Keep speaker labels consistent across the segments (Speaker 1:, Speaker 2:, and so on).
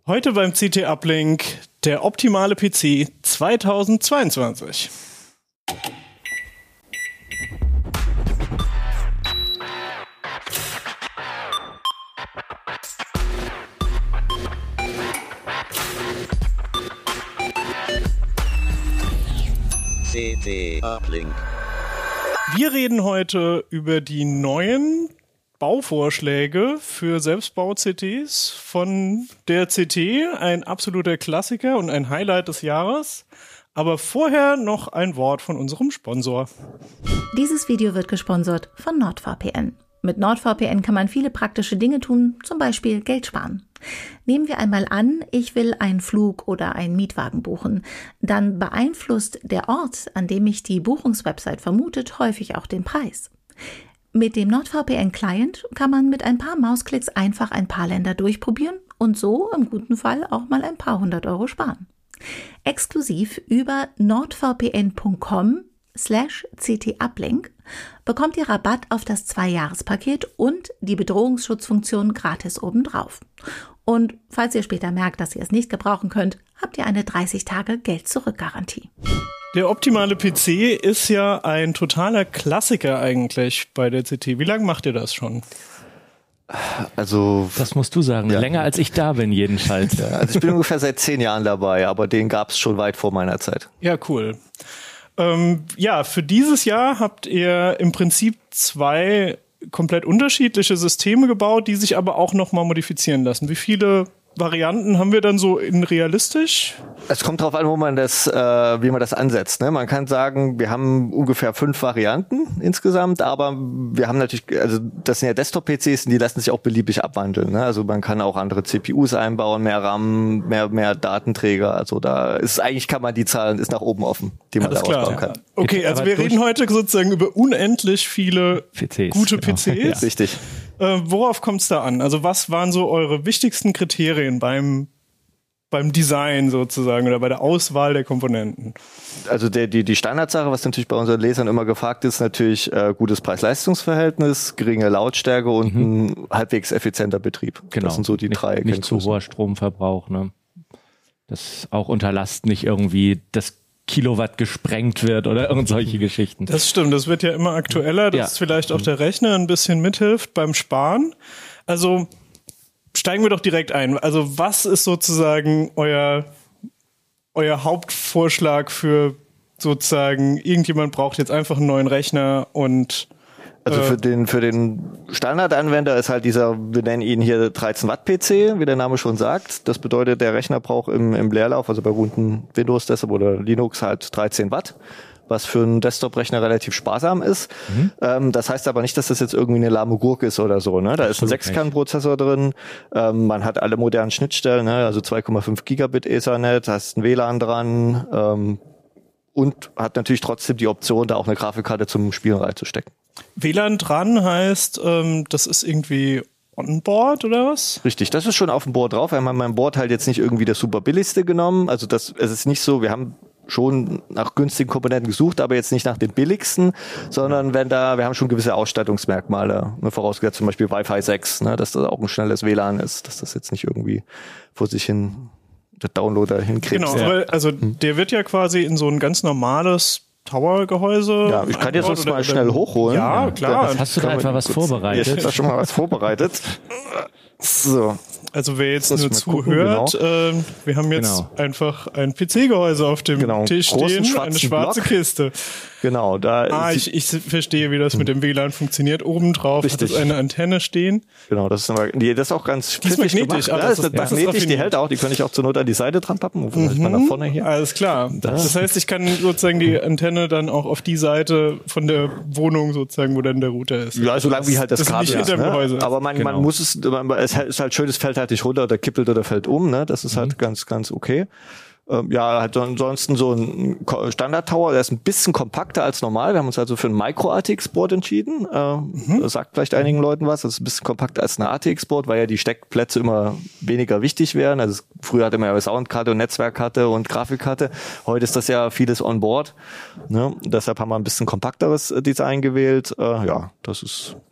Speaker 1: Heute beim CT Uplink der optimale PC 2022.
Speaker 2: CT Uplink.
Speaker 1: Wir reden heute über die neuen Bauvorschläge für Selbstbau-CTs von der CT, ein absoluter Klassiker und ein Highlight des Jahres. Aber vorher noch ein Wort von unserem Sponsor.
Speaker 3: Dieses Video wird gesponsert von NordVPN. Mit NordVPN kann man viele praktische Dinge tun, zum Beispiel Geld sparen. Nehmen wir einmal an, ich will einen Flug oder einen Mietwagen buchen. Dann beeinflusst der Ort, an dem mich die Buchungswebsite vermutet, häufig auch den Preis. Mit dem NordVPN-Client kann man mit ein paar Mausklicks einfach ein paar Länder durchprobieren und so im guten Fall auch mal ein paar 100 € sparen. Exklusiv über nordvpn.com/ctuplink bekommt ihr Rabatt auf das 2-Jahres-Paket und die Bedrohungsschutzfunktion gratis obendrauf. Und falls ihr später merkt, dass ihr es nicht gebrauchen könnt, habt ihr eine 30-Tage-Geld-Zurück-Garantie.
Speaker 1: Der optimale PC ist ja ein totaler Klassiker eigentlich bei der CT. Wie lange macht ihr das schon?
Speaker 4: Also
Speaker 5: das musst du sagen, ja. Länger als ich da bin jedenfalls.
Speaker 4: Ja, also ich bin ungefähr seit 10 Jahren dabei, aber den gab es schon weit vor meiner Zeit.
Speaker 1: Ja, cool. Ja, für dieses Jahr habt ihr im Prinzip 2 komplett unterschiedliche Systeme gebaut, die sich aber auch nochmal modifizieren lassen. Wie viele Varianten haben wir dann so in realistisch?
Speaker 4: Es kommt darauf an, wie man das ansetzt. Ne? Man kann sagen, wir haben ungefähr 5 Varianten insgesamt, aber wir haben natürlich, also das sind ja Desktop-PCs und die lassen sich auch beliebig abwandeln. Ne? Also man kann auch andere CPUs einbauen, mehr RAM, mehr Datenträger. Also da ist eigentlich, kann man die Zahlen, ist nach oben offen, die man da ausbauen kann.
Speaker 1: Okay, also wir reden heute sozusagen über unendlich viele gute PCs.
Speaker 4: Ja. Richtig.
Speaker 1: Worauf kommt es da an? Also was waren so eure wichtigsten Kriterien beim Design sozusagen oder bei der Auswahl der Komponenten?
Speaker 4: Also die Standardsache, was natürlich bei unseren Lesern immer gefragt ist, natürlich gutes Preis-Leistungs-Verhältnis, geringe Lautstärke und ein halbwegs effizienter Betrieb.
Speaker 5: Genau.
Speaker 4: Das sind so die drei.
Speaker 5: Nicht zu hoher Stromverbrauch. Ne? Das auch unter Last nicht irgendwie das Kilowatt gesprengt wird oder irgend solche Geschichten.
Speaker 1: Das stimmt, das wird ja immer aktueller, dass vielleicht auch der Rechner ein bisschen mithilft beim Sparen. Also steigen wir doch direkt ein. Also was ist sozusagen euer Hauptvorschlag für sozusagen, irgendjemand braucht jetzt einfach einen neuen Rechner und
Speaker 4: also für den Standardanwender ist halt dieser, wir nennen ihn hier 13 Watt PC, wie der Name schon sagt. Das bedeutet, der Rechner braucht im Leerlauf, also bei guten Windows Desktop oder Linux halt 13 Watt, was für einen Desktop-Rechner relativ sparsam ist. Das heißt aber nicht, dass das jetzt irgendwie eine lahme Gurke ist oder so. Ne? Da ist ein 6-Kern-Prozessor drin. Man hat alle modernen Schnittstellen, ne? Also 2,5 Gigabit Ethernet, hast ein WLAN dran und hat natürlich trotzdem die Option, da auch eine Grafikkarte zum Spielen reinzustecken.
Speaker 1: WLAN dran heißt, das ist irgendwie on-board oder was?
Speaker 4: Richtig, das ist schon auf dem Board drauf. Wir haben beim Board halt jetzt nicht irgendwie das super billigste genommen. Also es ist nicht so, wir haben schon nach günstigen Komponenten gesucht, aber jetzt nicht nach den billigsten, sondern wir haben schon gewisse Ausstattungsmerkmale vorausgesetzt, zum Beispiel Wi-Fi 6, ne, dass das auch ein schnelles WLAN ist, dass das jetzt nicht irgendwie vor sich hin der Downloader hinkriegt.
Speaker 1: Genau, weil, also der wird ja quasi in so ein ganz normales Tower-Gehäuse.
Speaker 4: Ja, ich kann dir sonst mal schnell hochholen.
Speaker 1: Ja, klar.
Speaker 5: Hast du da etwa was vorbereitet?
Speaker 4: Ich habe da schon mal was vorbereitet. So.
Speaker 1: Also wer jetzt nur zuhört, wir haben jetzt einfach ein PC-Gehäuse auf dem Tisch stehen, eine schwarze Block. Kiste.
Speaker 4: Genau,
Speaker 1: ich verstehe, wie das mit dem WLAN funktioniert. Obendrauf hat es eine Antenne stehen.
Speaker 4: Genau, das ist auch ganz
Speaker 1: magnetisch.
Speaker 4: Gemacht. Ja, das ist magnetisch, die hält auch, die kann ich auch zur Not an die Seite dran pappen. Vielleicht mal nach vorne hier.
Speaker 1: Alles klar. Das heißt, ich kann sozusagen die Antenne dann auch auf die Seite von der Wohnung sozusagen, wo dann der Router ist.
Speaker 4: Ja, solange wie halt das Kabel
Speaker 1: ist. Ne?
Speaker 4: Aber man muss es ist halt schön, es fällt halt nicht runter oder kippelt oder fällt um, ne? Das ist halt ganz, ganz okay. Ja, halt ansonsten so ein Standard-Tower, der ist ein bisschen kompakter als normal. Wir haben uns also für ein Micro-ATX-Board entschieden. Das sagt vielleicht einigen Leuten was. Das ist ein bisschen kompakter als eine ATX-Board, weil ja die Steckplätze immer weniger wichtig wären. Also früher hatte man ja Soundkarte und Netzwerkkarte und Grafikkarte. Heute ist das ja vieles on board. Ne? Deshalb haben wir ein bisschen kompakteres Design gewählt. Ja, das ist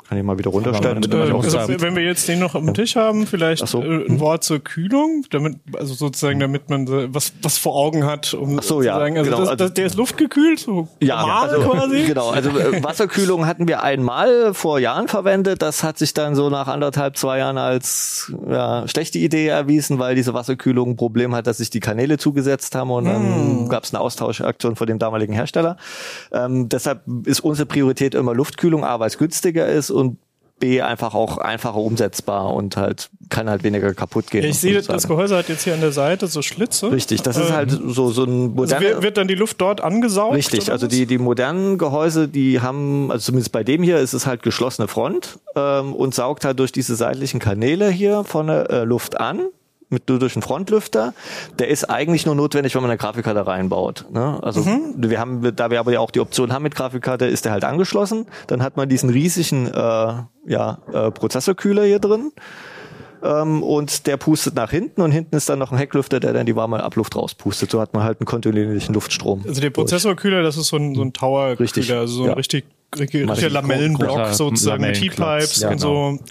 Speaker 4: Kann ich mal wieder runterstellen.
Speaker 1: Wenn wir jetzt den noch am Tisch haben, vielleicht ein Wort zur Kühlung, damit man was vor Augen hat, um zu sagen, der ist luftgekühlt, quasi.
Speaker 4: Genau, also Wasserkühlung hatten wir einmal vor Jahren verwendet, das hat sich dann so nach 2 Jahren als schlechte Idee erwiesen, weil diese Wasserkühlung ein Problem hat, dass sich die Kanäle zugesetzt haben und dann gab es eine Austauschaktion von dem damaligen Hersteller. Deshalb ist unsere Priorität immer Luftkühlung, A, weil es günstiger ist und B, einfach auch einfacher umsetzbar und halt kann halt weniger kaputt gehen.
Speaker 1: Ich sehe, das Gehäuse hat jetzt hier an der Seite so Schlitze.
Speaker 4: Richtig, das ist halt so ein moderner...
Speaker 1: Also wird dann die Luft dort angesaugt?
Speaker 4: Richtig, also die modernen Gehäuse, die haben, also zumindest bei dem hier ist es halt geschlossene Front und saugt halt durch diese seitlichen Kanäle hier vorne Luft an. Durch einen Frontlüfter, der ist eigentlich nur notwendig, wenn man eine Grafikkarte reinbaut. Ne? Also da wir aber ja auch die Option haben mit Grafikkarte, ist der halt angeschlossen. Dann hat man diesen riesigen Prozessorkühler hier drin und der pustet nach hinten und hinten ist dann noch ein Hecklüfter, der dann die warme Abluft rauspustet. So hat man halt einen kontinuierlichen Luftstrom.
Speaker 1: Also der Prozessorkühler, das ist so ein Tower-Kühler, also so ein richtiger Lamellenblock sozusagen mit T-Pipes und so.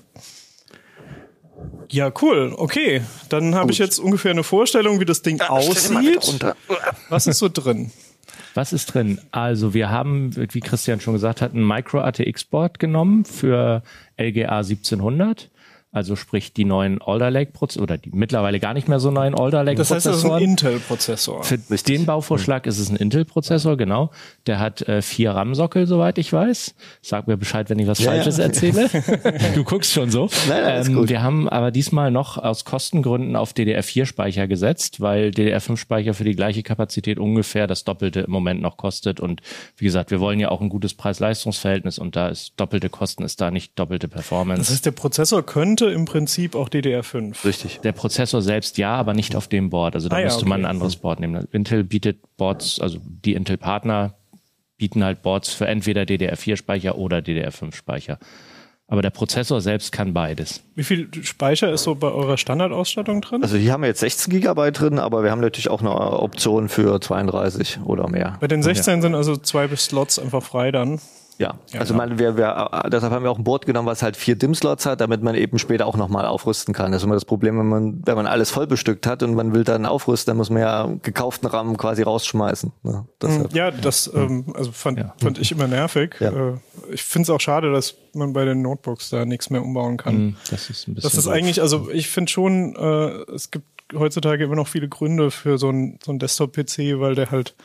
Speaker 1: Ja, cool. Okay, dann habe ich jetzt ungefähr eine Vorstellung, wie das Ding aussieht. Was ist so drin?
Speaker 5: Was ist drin? Also wir haben, wie Christian schon gesagt hat, ein Micro-ATX-Board genommen für LGA 1700. Also sprich die neuen Alder Lake-Prozessoren oder die mittlerweile gar nicht mehr so neuen Alder Lake-Prozessoren.
Speaker 1: Das heißt, das ist ein Intel-Prozessor.
Speaker 5: Für den Bauvorschlag ist es ein Intel-Prozessor, genau. Der hat 4 RAM-Sockel, soweit ich weiß. Sag mir Bescheid, wenn ich was Falsches erzähle. Du guckst schon so.
Speaker 4: Nein, gut.
Speaker 5: Wir haben aber diesmal noch aus Kostengründen auf DDR4-Speicher gesetzt, weil DDR5-Speicher für die gleiche Kapazität ungefähr das Doppelte im Moment noch kostet. Und wie gesagt, wir wollen ja auch ein gutes Preis-Leistungs-Verhältnis und da ist doppelte Kosten, ist da nicht doppelte Performance.
Speaker 1: Das heißt, der Prozessor könnte im Prinzip auch DDR5.
Speaker 4: Richtig.
Speaker 5: Der Prozessor selbst ja, aber nicht auf dem Board. Also da müsste man ein anderes Board nehmen. Intel bietet Boards, also die Intel-Partner bieten halt Boards für entweder DDR4-Speicher oder DDR5-Speicher. Aber der Prozessor selbst kann beides.
Speaker 1: Wie viel Speicher ist so bei eurer Standardausstattung drin?
Speaker 4: Also hier haben wir jetzt 16 GB drin, aber wir haben natürlich auch eine Option für 32 oder mehr.
Speaker 1: Bei den 16 sind also 2 Slots einfach frei dann.
Speaker 4: Ja, also deshalb haben wir auch ein Board genommen, was halt 4 DIMM-Slots hat, damit man eben später auch nochmal aufrüsten kann. Das ist immer das Problem, wenn man alles voll bestückt hat und man will dann aufrüsten, dann muss man ja gekauften RAM quasi rausschmeißen. Ne?
Speaker 1: Das fand ich immer nervig. Ja. Ich finde es auch schade, dass man bei den Notebooks da nichts mehr umbauen kann.
Speaker 5: Das ist ein bisschen.
Speaker 1: Das ist eigentlich, also ich finde schon, es gibt heutzutage immer noch viele Gründe für so ein Desktop-PC, weil der halt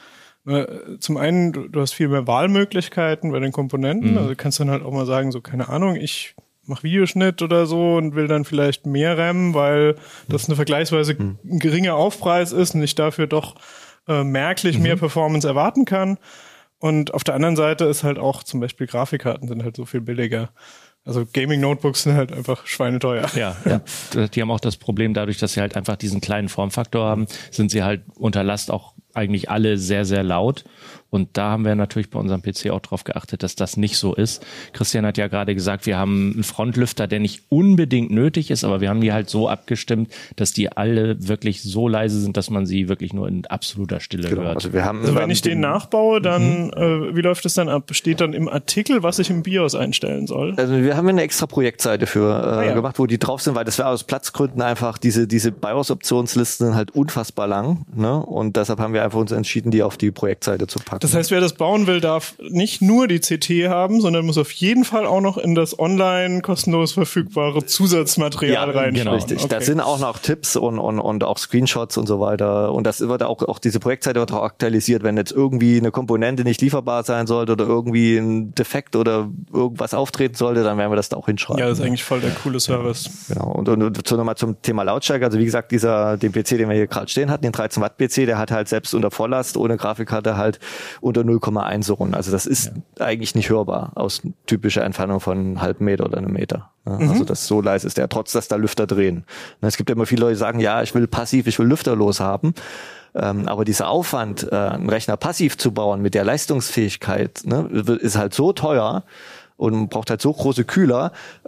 Speaker 1: zum einen, du hast viel mehr Wahlmöglichkeiten bei den Komponenten. Also du kannst dann halt auch mal sagen, so keine Ahnung, ich mache Videoschnitt oder so und will dann vielleicht mehr RAM, weil das eine vergleichsweise geringer Aufpreis ist und ich dafür doch merklich mehr Performance erwarten kann. Und auf der anderen Seite ist halt auch zum Beispiel Grafikkarten sind halt so viel billiger. Also Gaming-Notebooks sind halt einfach schweineteuer.
Speaker 5: Ja, die haben auch das Problem, dadurch, dass sie halt einfach diesen kleinen Formfaktor haben, sind sie halt unter Last auch eigentlich alle sehr, sehr laut. Und da haben wir natürlich bei unserem PC auch drauf geachtet, dass das nicht so ist. Christian hat ja gerade gesagt, wir haben einen Frontlüfter, der nicht unbedingt nötig ist, aber wir haben die halt so abgestimmt, dass die alle wirklich so leise sind, dass man sie wirklich nur in absoluter Stille hört.
Speaker 4: Also
Speaker 1: wenn ich den nachbaue, dann wie läuft es dann ab? Steht dann im Artikel, was ich im BIOS einstellen soll?
Speaker 4: Also wir haben eine extra Projektseite für gemacht, wo die drauf sind, weil das wäre aus Platzgründen einfach, diese BIOS-Optionslisten sind halt unfassbar lang. Ne? Und deshalb haben wir einfach uns entschieden, die auf die Projektseite zu packen.
Speaker 1: Das heißt, wer das bauen will, darf nicht nur die CT haben, sondern muss auf jeden Fall auch noch in das online kostenlos verfügbare Zusatzmaterial reinschauen.
Speaker 4: Genau, richtig. Okay. Da sind auch noch Tipps und auch Screenshots und so weiter. Und das wird auch diese Projektseite wird auch aktualisiert, wenn jetzt irgendwie eine Komponente nicht lieferbar sein sollte oder irgendwie ein Defekt oder irgendwas auftreten sollte, dann werden wir das da auch hinschreiben.
Speaker 1: Ja, das ist eigentlich voll der coole Service.
Speaker 4: Genau. Und nochmal zum Thema Lautstärke. Also wie gesagt, den PC, den wir hier gerade stehen hatten, den 13 Watt PC, der hat halt selbst unter Volllast ohne Grafikkarte halt unter 0,1 so rund. Also das ist eigentlich nicht hörbar aus typischer Entfernung von einem halben Meter oder einem Meter. Also das so leise ist der, trotz dass da Lüfter drehen. Es gibt ja immer viele Leute, die sagen, ja, ich will lüfterlos haben. Aber dieser Aufwand, einen Rechner passiv zu bauen mit der Leistungsfähigkeit, ist halt so teuer, und man braucht halt so große Kühler,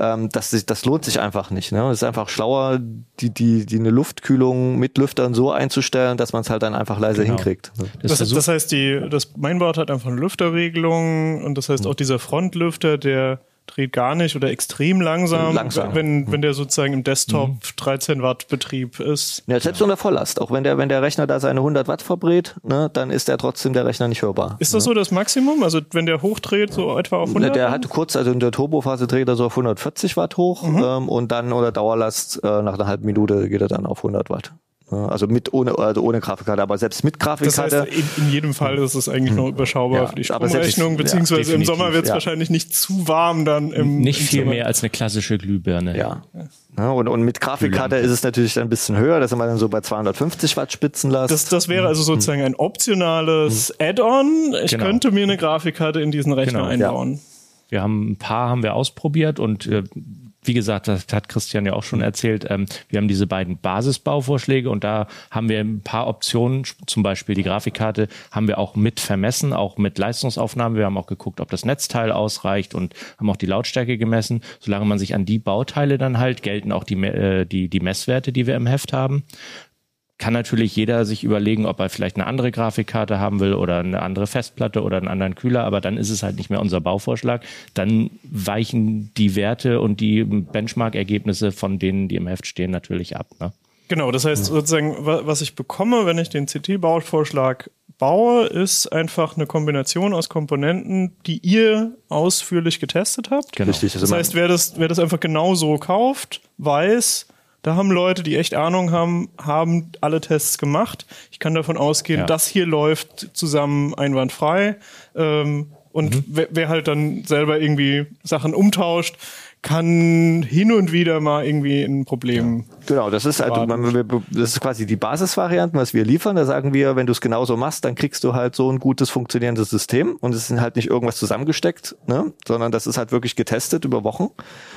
Speaker 4: das lohnt sich einfach nicht. Ne? Es ist einfach schlauer, die eine Luftkühlung mit Lüftern so einzustellen, dass man es halt dann einfach leise hinkriegt.
Speaker 1: Das heißt, das Mainboard hat einfach eine Lüfterregelung und das heißt auch dieser Frontlüfter, der dreht gar nicht oder extrem langsam. Wenn der sozusagen im Desktop 13 Watt Betrieb ist.
Speaker 4: Ja, selbst unter Volllast. Auch wenn der Rechner da seine 100 Watt verbrät, ne, dann ist trotzdem der Rechner nicht hörbar.
Speaker 1: Ist das so das Maximum? Also wenn der hochdreht, so etwa auf 100?
Speaker 4: Der hat kurz, also in der Turbophase dreht er so auf 140 Watt hoch und dann unter Dauerlast nach einer halben Minute geht er dann auf 100 Watt. Also ohne Grafikkarte, aber selbst mit Grafikkarte.
Speaker 1: Das heißt, in jedem Fall ist es eigentlich noch überschaubar für die Stromrechnung, beziehungsweise im Sommer wird es wahrscheinlich nicht zu warm dann im
Speaker 5: Nicht viel
Speaker 1: Sommer.
Speaker 5: mehr als eine klassische Glühbirne.
Speaker 4: Ja. Und mit Grafikkarte ist es natürlich dann ein bisschen höher, da sind wir dann so bei 250 Watt Spitzenlast.
Speaker 1: Das wäre also sozusagen ein optionales Add-on. Ich könnte mir eine Grafikkarte in diesen Rechner einbauen.
Speaker 5: Ja. Wir haben ein paar ausprobiert und wie gesagt, das hat Christian ja auch schon erzählt, wir haben diese beiden Basisbauvorschläge und da haben wir ein paar Optionen, zum Beispiel die Grafikkarte haben wir auch mit vermessen, auch mit Leistungsaufnahmen. Wir haben auch geguckt, ob das Netzteil ausreicht und haben auch die Lautstärke gemessen. Solange man sich an die Bauteile dann hält, gelten auch die Messwerte, die wir im Heft haben. Kann natürlich jeder sich überlegen, ob er vielleicht eine andere Grafikkarte haben will oder eine andere Festplatte oder einen anderen Kühler, aber dann ist es halt nicht mehr unser Bauvorschlag. Dann weichen die Werte und die Benchmark-Ergebnisse von denen, die im Heft stehen, natürlich ab. Ne?
Speaker 1: Genau, das heißt sozusagen, was ich bekomme, wenn ich den CT-Bauvorschlag baue, ist einfach eine Kombination aus Komponenten, die ihr ausführlich getestet habt.
Speaker 5: Genau.
Speaker 4: Richtig,
Speaker 1: das heißt, wer das einfach genau so kauft, weiß, da haben Leute, die echt Ahnung haben alle Tests gemacht. Ich kann davon ausgehen, das hier läuft zusammen einwandfrei. Und wer halt dann selber irgendwie Sachen umtauscht, kann hin und wieder mal irgendwie ein Problem.
Speaker 4: Genau, das ist quasi die Basisvariante, was wir liefern. Da sagen wir, wenn du es genauso machst, dann kriegst du halt so ein gutes funktionierendes System und es ist halt nicht irgendwas zusammengesteckt, ne? Sondern das ist halt wirklich getestet über Wochen.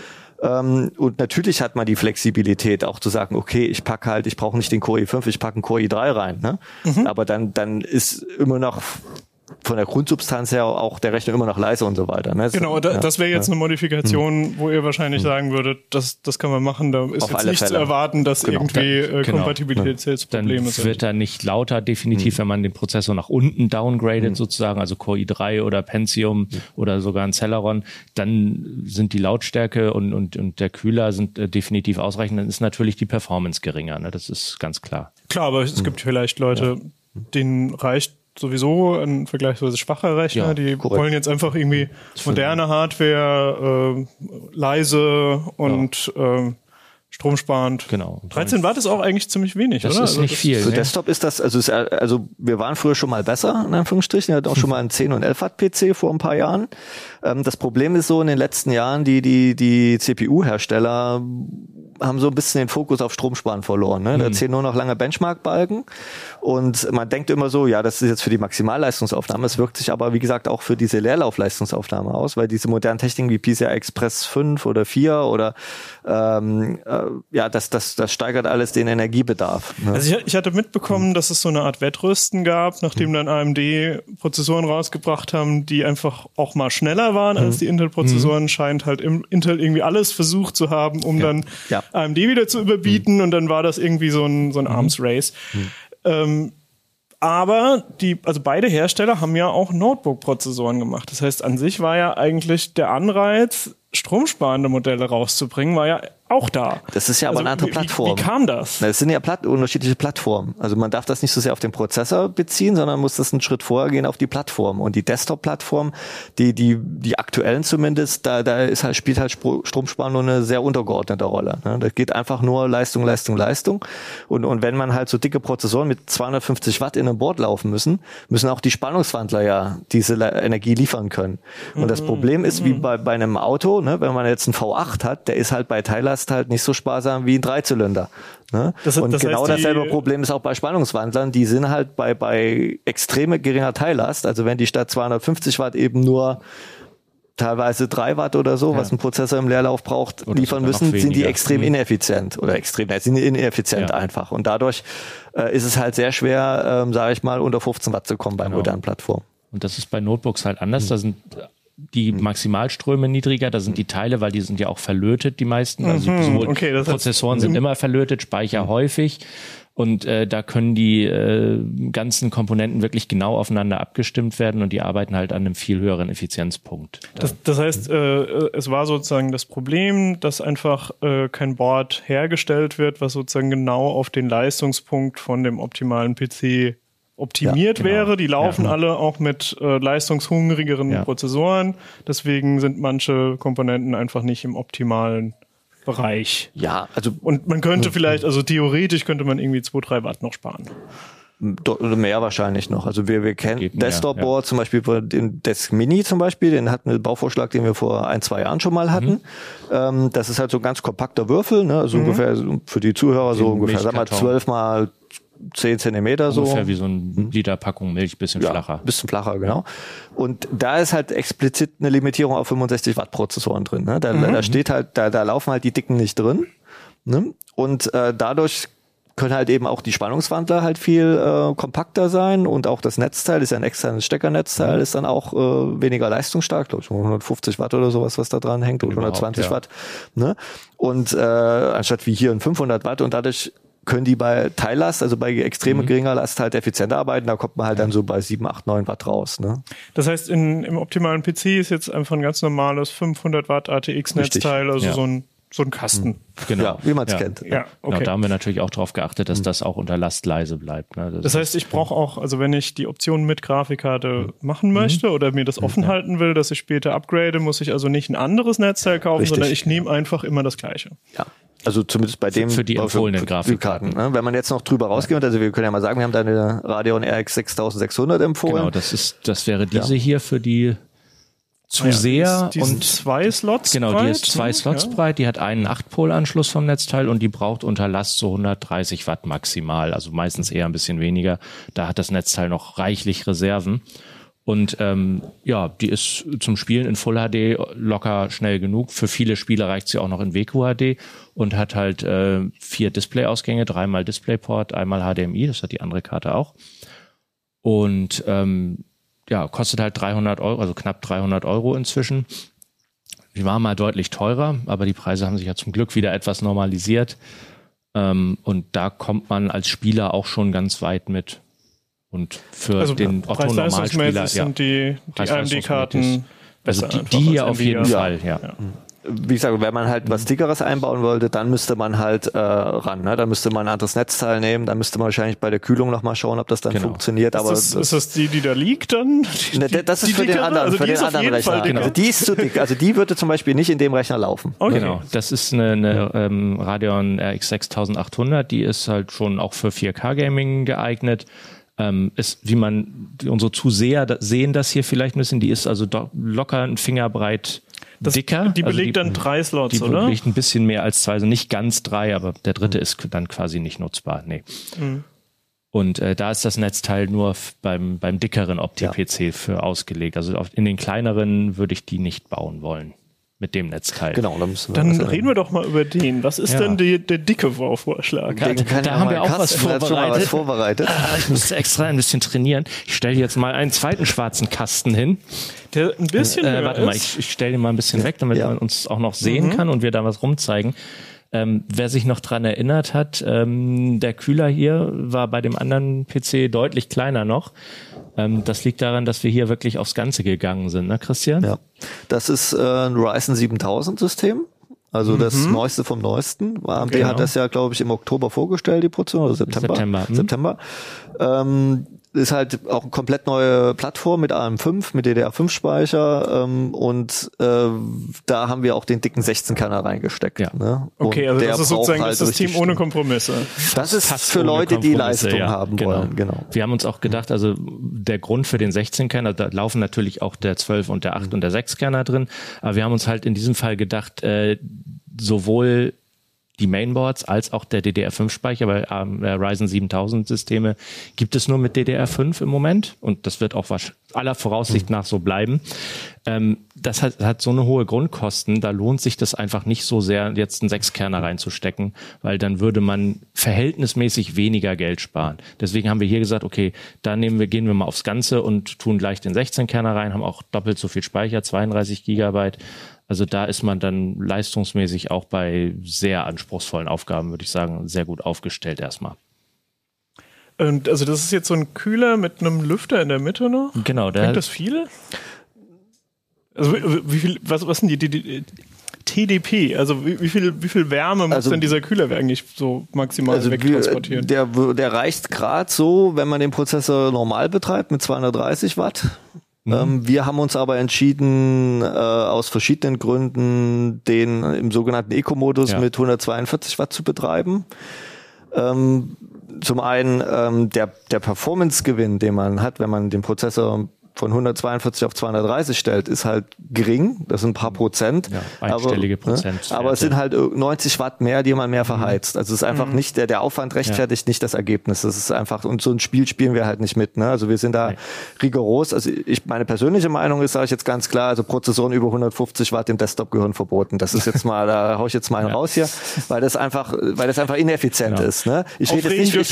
Speaker 4: Und natürlich hat man die Flexibilität auch zu sagen, okay, ich brauche nicht den Core i5, ich packe einen Core i3 rein, ne? Aber dann ist immer noch von der Grundsubstanz her auch der Rechner immer noch leise und so weiter. Ne?
Speaker 1: Genau, das wäre jetzt eine Modifikation, wo ihr wahrscheinlich sagen würdet, das kann man machen, da ist auf jetzt nicht Fälle zu erwarten, dass irgendwie Kompatibilitätsprobleme sind.
Speaker 5: Dann wird er nicht lauter, definitiv, wenn man den Prozessor nach unten downgradet sozusagen, also Core i3 oder Pentium oder sogar ein Celeron, dann sind die Lautstärke und der Kühler sind definitiv ausreichend, dann ist natürlich die Performance geringer, ne? Das ist ganz klar.
Speaker 1: Klar, aber es gibt vielleicht Leute, denen reicht sowieso ein vergleichsweise schwacher Rechner. Die wollen jetzt einfach irgendwie moderne Hardware, leise und stromsparend.
Speaker 5: Genau.
Speaker 1: 13 Watt ist auch eigentlich ziemlich wenig,
Speaker 5: das
Speaker 1: oder?
Speaker 5: Das ist nicht viel.
Speaker 4: Für Desktop ist das, also wir waren früher schon mal besser, in Anführungsstrichen. Wir hatten auch schon mal einen 10 und 11 Watt PC vor ein paar Jahren. Das Problem ist so, in den letzten Jahren, die CPU-Hersteller haben so ein bisschen den Fokus auf Stromsparen verloren. Ne? Da zählen nur noch lange Benchmark-Balken und man denkt immer so, ja, das ist jetzt für die Maximalleistungsaufnahme. Es wirkt sich aber, wie gesagt, auch für diese Leerlaufleistungsaufnahme aus, weil diese modernen Techniken wie PCI Express 5 oder 4 oder das steigert alles den Energiebedarf. Ne?
Speaker 1: Also ich hatte mitbekommen, dass es so eine Art Wettrüsten gab, nachdem dann AMD Prozessoren rausgebracht haben, die einfach auch mal schneller waren als die Intel-Prozessoren, scheint halt Intel irgendwie alles versucht zu haben, um dann AMD wieder zu überbieten und dann war das irgendwie so ein Arms Race. Aber beide Hersteller haben ja auch Notebook-Prozessoren gemacht. Das heißt, an sich war ja eigentlich der Anreiz, stromsparende Modelle rauszubringen, war ja auch da.
Speaker 4: Das ist ja aber eine andere Plattform.
Speaker 1: Wie kam das?
Speaker 4: Das sind ja unterschiedliche Plattformen. Also man darf das nicht so sehr auf den Prozessor beziehen, sondern muss das einen Schritt vorher gehen auf die Plattform. Und die Desktop-Plattform, die aktuellen zumindest, da spielt halt Stromsparen nur eine sehr untergeordnete Rolle. Ne? Da geht einfach nur Leistung. Und wenn man halt so dicke Prozessoren mit 250 Watt in einem Board laufen müssen auch die Spannungswandler ja diese Energie liefern können. Und das Problem ist, wie bei einem Auto, ne, wenn man jetzt einen V8 hat, der ist halt bei Teillast halt nicht so sparsam wie ein Dreizylinder. Ne? Dasselbe Problem ist auch bei Spannungswandlern. Die sind halt bei extrem geringer Teillast. Also wenn die statt 250 Watt eben nur teilweise 3 Watt oder so, was ein Prozessor im Leerlauf braucht, oder liefern müssen, sind die extrem ineffizient. Sind ineffizient einfach. Und dadurch ist es halt sehr schwer, sage ich mal, unter 15 Watt zu kommen bei modernen Plattformen.
Speaker 5: Und das ist bei Notebooks halt anders. Da sind die Maximalströme niedriger, da sind die Teile, weil die sind ja auch verlötet, die meisten. Also sowohl Prozessoren sind immer verlötet, Speicher häufig. Und da können die ganzen Komponenten wirklich genau aufeinander abgestimmt werden und die arbeiten halt an einem viel höheren Effizienzpunkt.
Speaker 1: Das heißt, es war sozusagen das Problem, dass einfach kein Board hergestellt wird, was sozusagen genau auf den Leistungspunkt von dem optimalen PC optimiert wäre. Die laufen alle auch mit leistungshungrigeren Prozessoren. Deswegen sind manche Komponenten einfach nicht im optimalen Bereich.
Speaker 4: Ja, also. Und
Speaker 1: man könnte vielleicht, also theoretisch könnte man irgendwie 2-3 Watt noch sparen.
Speaker 4: Mehr wahrscheinlich noch. Also wir kennen Desktop-Board, zum Beispiel den Desk Mini zum Beispiel, den hatten einen Bauvorschlag, den wir vor 1-2 Jahren schon mal hatten. Das ist halt so ein ganz kompakter Würfel, ne? Also ungefähr für die Zuhörer so ungefähr, sag mal 12 mal 10 Zentimeter so.
Speaker 5: Ungefähr wie so ein Liter Packung Milch, bisschen flacher.
Speaker 4: Bisschen flacher, genau. Und da ist halt explizit eine Limitierung auf 65 Watt Prozessoren drin. Ne? Da steht halt, da laufen halt die Dicken nicht drin. Ne? Und dadurch können halt eben auch die Spannungswandler halt viel kompakter sein und auch das Netzteil ist ja ein externes Steckernetzteil, ist dann auch weniger leistungsstark, glaube ich 150 Watt oder sowas, was da dran hängt, oder 120 Watt. Ne? Und anstatt wie hier ein 500 Watt und dadurch können die bei Teillast, also bei extrem geringer Last halt effizienter arbeiten, da kommt man halt dann so bei 7, 8, 9 Watt raus. Ne?
Speaker 1: Das heißt, im optimalen PC ist jetzt einfach ein ganz normales 500 Watt ATX-Netzteil, also so ein Kasten.
Speaker 5: Genau.
Speaker 4: Ja, wie man es kennt.
Speaker 1: Ja, okay.
Speaker 5: Genau, da haben wir natürlich auch darauf geachtet, dass das auch unter Last leise bleibt. Ne?
Speaker 1: Das heißt, ich brauche auch, also wenn ich die Option mit Grafikkarte machen möchte oder mir das offen halten will, dass ich später upgrade, muss ich also nicht ein anderes Netzteil kaufen, sondern ich nehme einfach immer das gleiche.
Speaker 4: Ja. Also zumindest bei dem
Speaker 5: für die empfohlenen Grafikkarten.
Speaker 4: Ne? Wenn man jetzt noch drüber rausgeht, also wir können ja mal sagen, wir haben da eine Radeon RX 6600 empfohlen.
Speaker 5: Genau, das wäre diese hier für die zu sehr
Speaker 1: die
Speaker 5: und
Speaker 1: 2 Slots
Speaker 5: genau,
Speaker 1: breit.
Speaker 5: Die ist 2 Slots breit, die hat einen 8-Pol-Anschluss vom Netzteil und die braucht unter Last so 130 Watt maximal, also meistens eher ein bisschen weniger. Da hat das Netzteil noch reichlich Reserven. Und die ist zum Spielen in Full HD locker schnell genug. Für viele Spiele reicht sie auch noch in WQHD und hat halt 4 Displayausgänge, 3-mal DisplayPort, einmal HDMI, das hat die andere Karte auch. Und kostet halt 300 Euro, also knapp 300 Euro inzwischen. Die war mal deutlich teurer, aber die Preise haben sich ja zum Glück wieder etwas normalisiert. Und da kommt man als Spieler auch schon ganz weit mit. Und für den Otto-Normalspieler,
Speaker 1: sind die AMD-Karten
Speaker 5: also die hier auf jeden Fall, ja.
Speaker 4: Wie gesagt, wenn man halt was Dickeres einbauen wollte, dann müsste man halt ran. Ne? Dann müsste man ein anderes Netzteil nehmen, dann müsste man wahrscheinlich bei der Kühlung nochmal schauen, ob das dann funktioniert. Aber
Speaker 1: ist das die da liegt dann?
Speaker 4: Das ist für den anderen,
Speaker 1: also
Speaker 4: für den anderen Rechner. Genau. Also die ist zu dick. Also die würde zum Beispiel nicht in dem Rechner laufen.
Speaker 1: Okay.
Speaker 5: Genau, das ist eine Radeon RX 6800, die ist halt schon auch für 4K-Gaming geeignet. Ist, wie man, unsere Zuseher sehen das hier vielleicht ein bisschen, die ist also locker ein Fingerbreit dicker.
Speaker 1: Die belegt dann 3 Slots, oder? Die
Speaker 5: belegt ein bisschen mehr als 2, also nicht ganz 3, aber der dritte ist dann quasi nicht nutzbar. Nee. Und da ist das Netzteil nur beim dickeren Opti-PC für ausgelegt. Also in den kleineren würde ich die nicht bauen wollen. Mit dem Netzteil.
Speaker 4: Genau,
Speaker 1: dann reden wir doch mal über den. Was ist denn der dicke Bauvorschlag?
Speaker 5: Da haben wir auch was vorbereitet. Ich musste extra ein bisschen trainieren. Ich stelle jetzt mal einen zweiten schwarzen Kasten hin.
Speaker 1: Der ein bisschen
Speaker 5: warte mal, ich stelle den mal ein bisschen weg, damit man uns auch noch sehen kann und wir da was rumzeigen. Wer sich noch dran erinnert hat, der Kühler hier war bei dem anderen PC deutlich kleiner noch. Das liegt daran, dass wir hier wirklich aufs Ganze gegangen sind, ne, Christian?
Speaker 4: Ja, das ist ein Ryzen 7000 System. Also das Neueste vom Neuesten. AMD hat das ja, glaube ich, im Oktober vorgestellt, die Produktion, oder September. Ist halt auch eine komplett neue Plattform mit AM5, mit DDR5-Speicher und da haben wir auch den dicken 16-Kerner reingesteckt.
Speaker 5: Ja.
Speaker 4: Ne?
Speaker 1: Okay, also das ist sozusagen halt das System ohne Kompromisse.
Speaker 4: Das ist für Leute, die Leistung haben wollen. Genau.
Speaker 5: Wir haben uns auch gedacht, also der Grund für den 16-Kerner, da laufen natürlich auch der 12 und der 8 und der 6-Kerner drin, aber wir haben uns halt in diesem Fall gedacht, sowohl die Mainboards als auch der DDR5-Speicher, bei Ryzen 7000 Systeme gibt es nur mit DDR5 im Moment und das wird auch aller Voraussicht nach so bleiben. Das hat so eine hohe Grundkosten, da lohnt sich das einfach nicht so sehr, jetzt einen 6-Kerner reinzustecken, weil dann würde man verhältnismäßig weniger Geld sparen. Deswegen haben wir hier gesagt, okay, da gehen wir mal aufs Ganze und tun gleich den 16-Kerner rein, haben auch doppelt so viel Speicher, 32 Gigabyte. Also da ist man dann leistungsmäßig auch bei sehr anspruchsvollen Aufgaben, würde ich sagen, sehr gut aufgestellt erstmal.
Speaker 1: Und also das ist jetzt so ein Kühler mit einem Lüfter in der Mitte noch?
Speaker 5: Genau.
Speaker 1: Bringt das viel? Also wie viel, was sind die TDP? Also wie viel Wärme muss denn dieser Kühler eigentlich so maximal wegtransportieren?
Speaker 4: Der reicht gerade so, wenn man den Prozessor normal betreibt mit 230 Watt. Wir haben uns aber entschieden, aus verschiedenen Gründen den im sogenannten Eco-Modus mit 142 Watt zu betreiben. Zum einen der Performance-Gewinn, den man hat, wenn man den Prozessor von 142 auf 230 stellt, ist halt gering. Das sind ein paar Prozent.
Speaker 5: Ja, einstellige Prozent.
Speaker 4: Aber es sind halt 90 Watt mehr, die man mehr verheizt. Also es ist einfach nicht, der Aufwand rechtfertigt nicht das Ergebnis. Das ist einfach, und so ein Spiel spielen wir halt nicht mit, ne? Also wir sind da rigoros. Also meine persönliche Meinung ist, sage ich jetzt ganz klar, also Prozessoren über 150 Watt im Desktop gehören verboten. Das ist jetzt mal, da hau ich jetzt mal einen raus hier, weil das einfach ineffizient ist, ne? Ich rede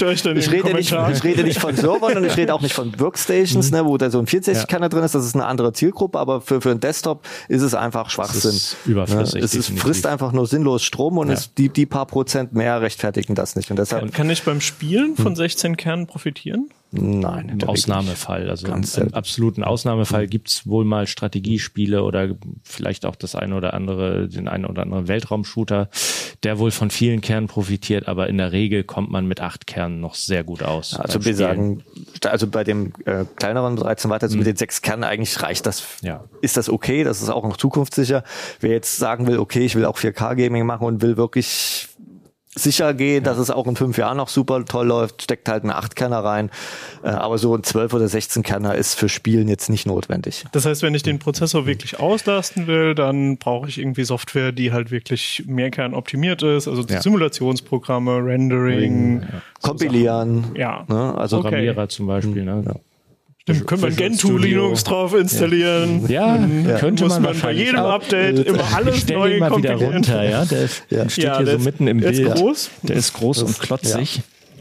Speaker 4: nicht von Servern und ich rede auch nicht von Workstations, ne, wo da so ein 64-Kerner drin ist. Das ist eine andere Zielgruppe, aber für einen Desktop ist es einfach Schwachsinn.
Speaker 5: Es ist überflüssig.
Speaker 4: Es frisst einfach nur sinnlos Strom und die paar Prozent mehr rechtfertigen das nicht. Und deshalb
Speaker 1: kann ich beim Spielen von 16 Kernen profitieren?
Speaker 4: Nein.
Speaker 5: Im Ausnahmefall. Also im absoluten Ausnahmefall gibt's wohl mal Strategiespiele oder vielleicht auch den einen oder anderen Weltraumshooter, der wohl von vielen Kernen profitiert, aber in der Regel kommt man mit 8 Kernen noch sehr gut aus.
Speaker 4: Also wir sagen, also bei dem kleineren 13 Watt, also mit den 6 Kernen eigentlich reicht das. Ja. Ist das okay? Das ist auch noch zukunftssicher. Wer jetzt sagen will, okay, ich will auch 4K-Gaming machen und will wirklich sicher gehen, dass es auch in 5 Jahren noch super toll läuft, steckt halt einen 8-Kerner rein. Aber so ein 12 oder 16-Kerner ist für Spielen jetzt nicht notwendig.
Speaker 1: Das heißt, wenn ich den Prozessor wirklich auslasten will, dann brauche ich irgendwie Software, die halt wirklich Mehrkern optimiert ist, also Simulationsprogramme, Rendering,
Speaker 4: kompilieren.
Speaker 1: Ja.
Speaker 4: Ne? Also
Speaker 5: Programmierer zum Beispiel. Ne? Ja.
Speaker 1: Stimmt, können wir Gentoo Linux drauf installieren?
Speaker 5: Ja, könnte man
Speaker 1: bei jedem Update immer alles neu
Speaker 5: mal wieder runter, ja. Der steht hier so mitten im Bild.
Speaker 1: Der ist groß.
Speaker 5: Der ist groß und klotzig.
Speaker 1: Ja.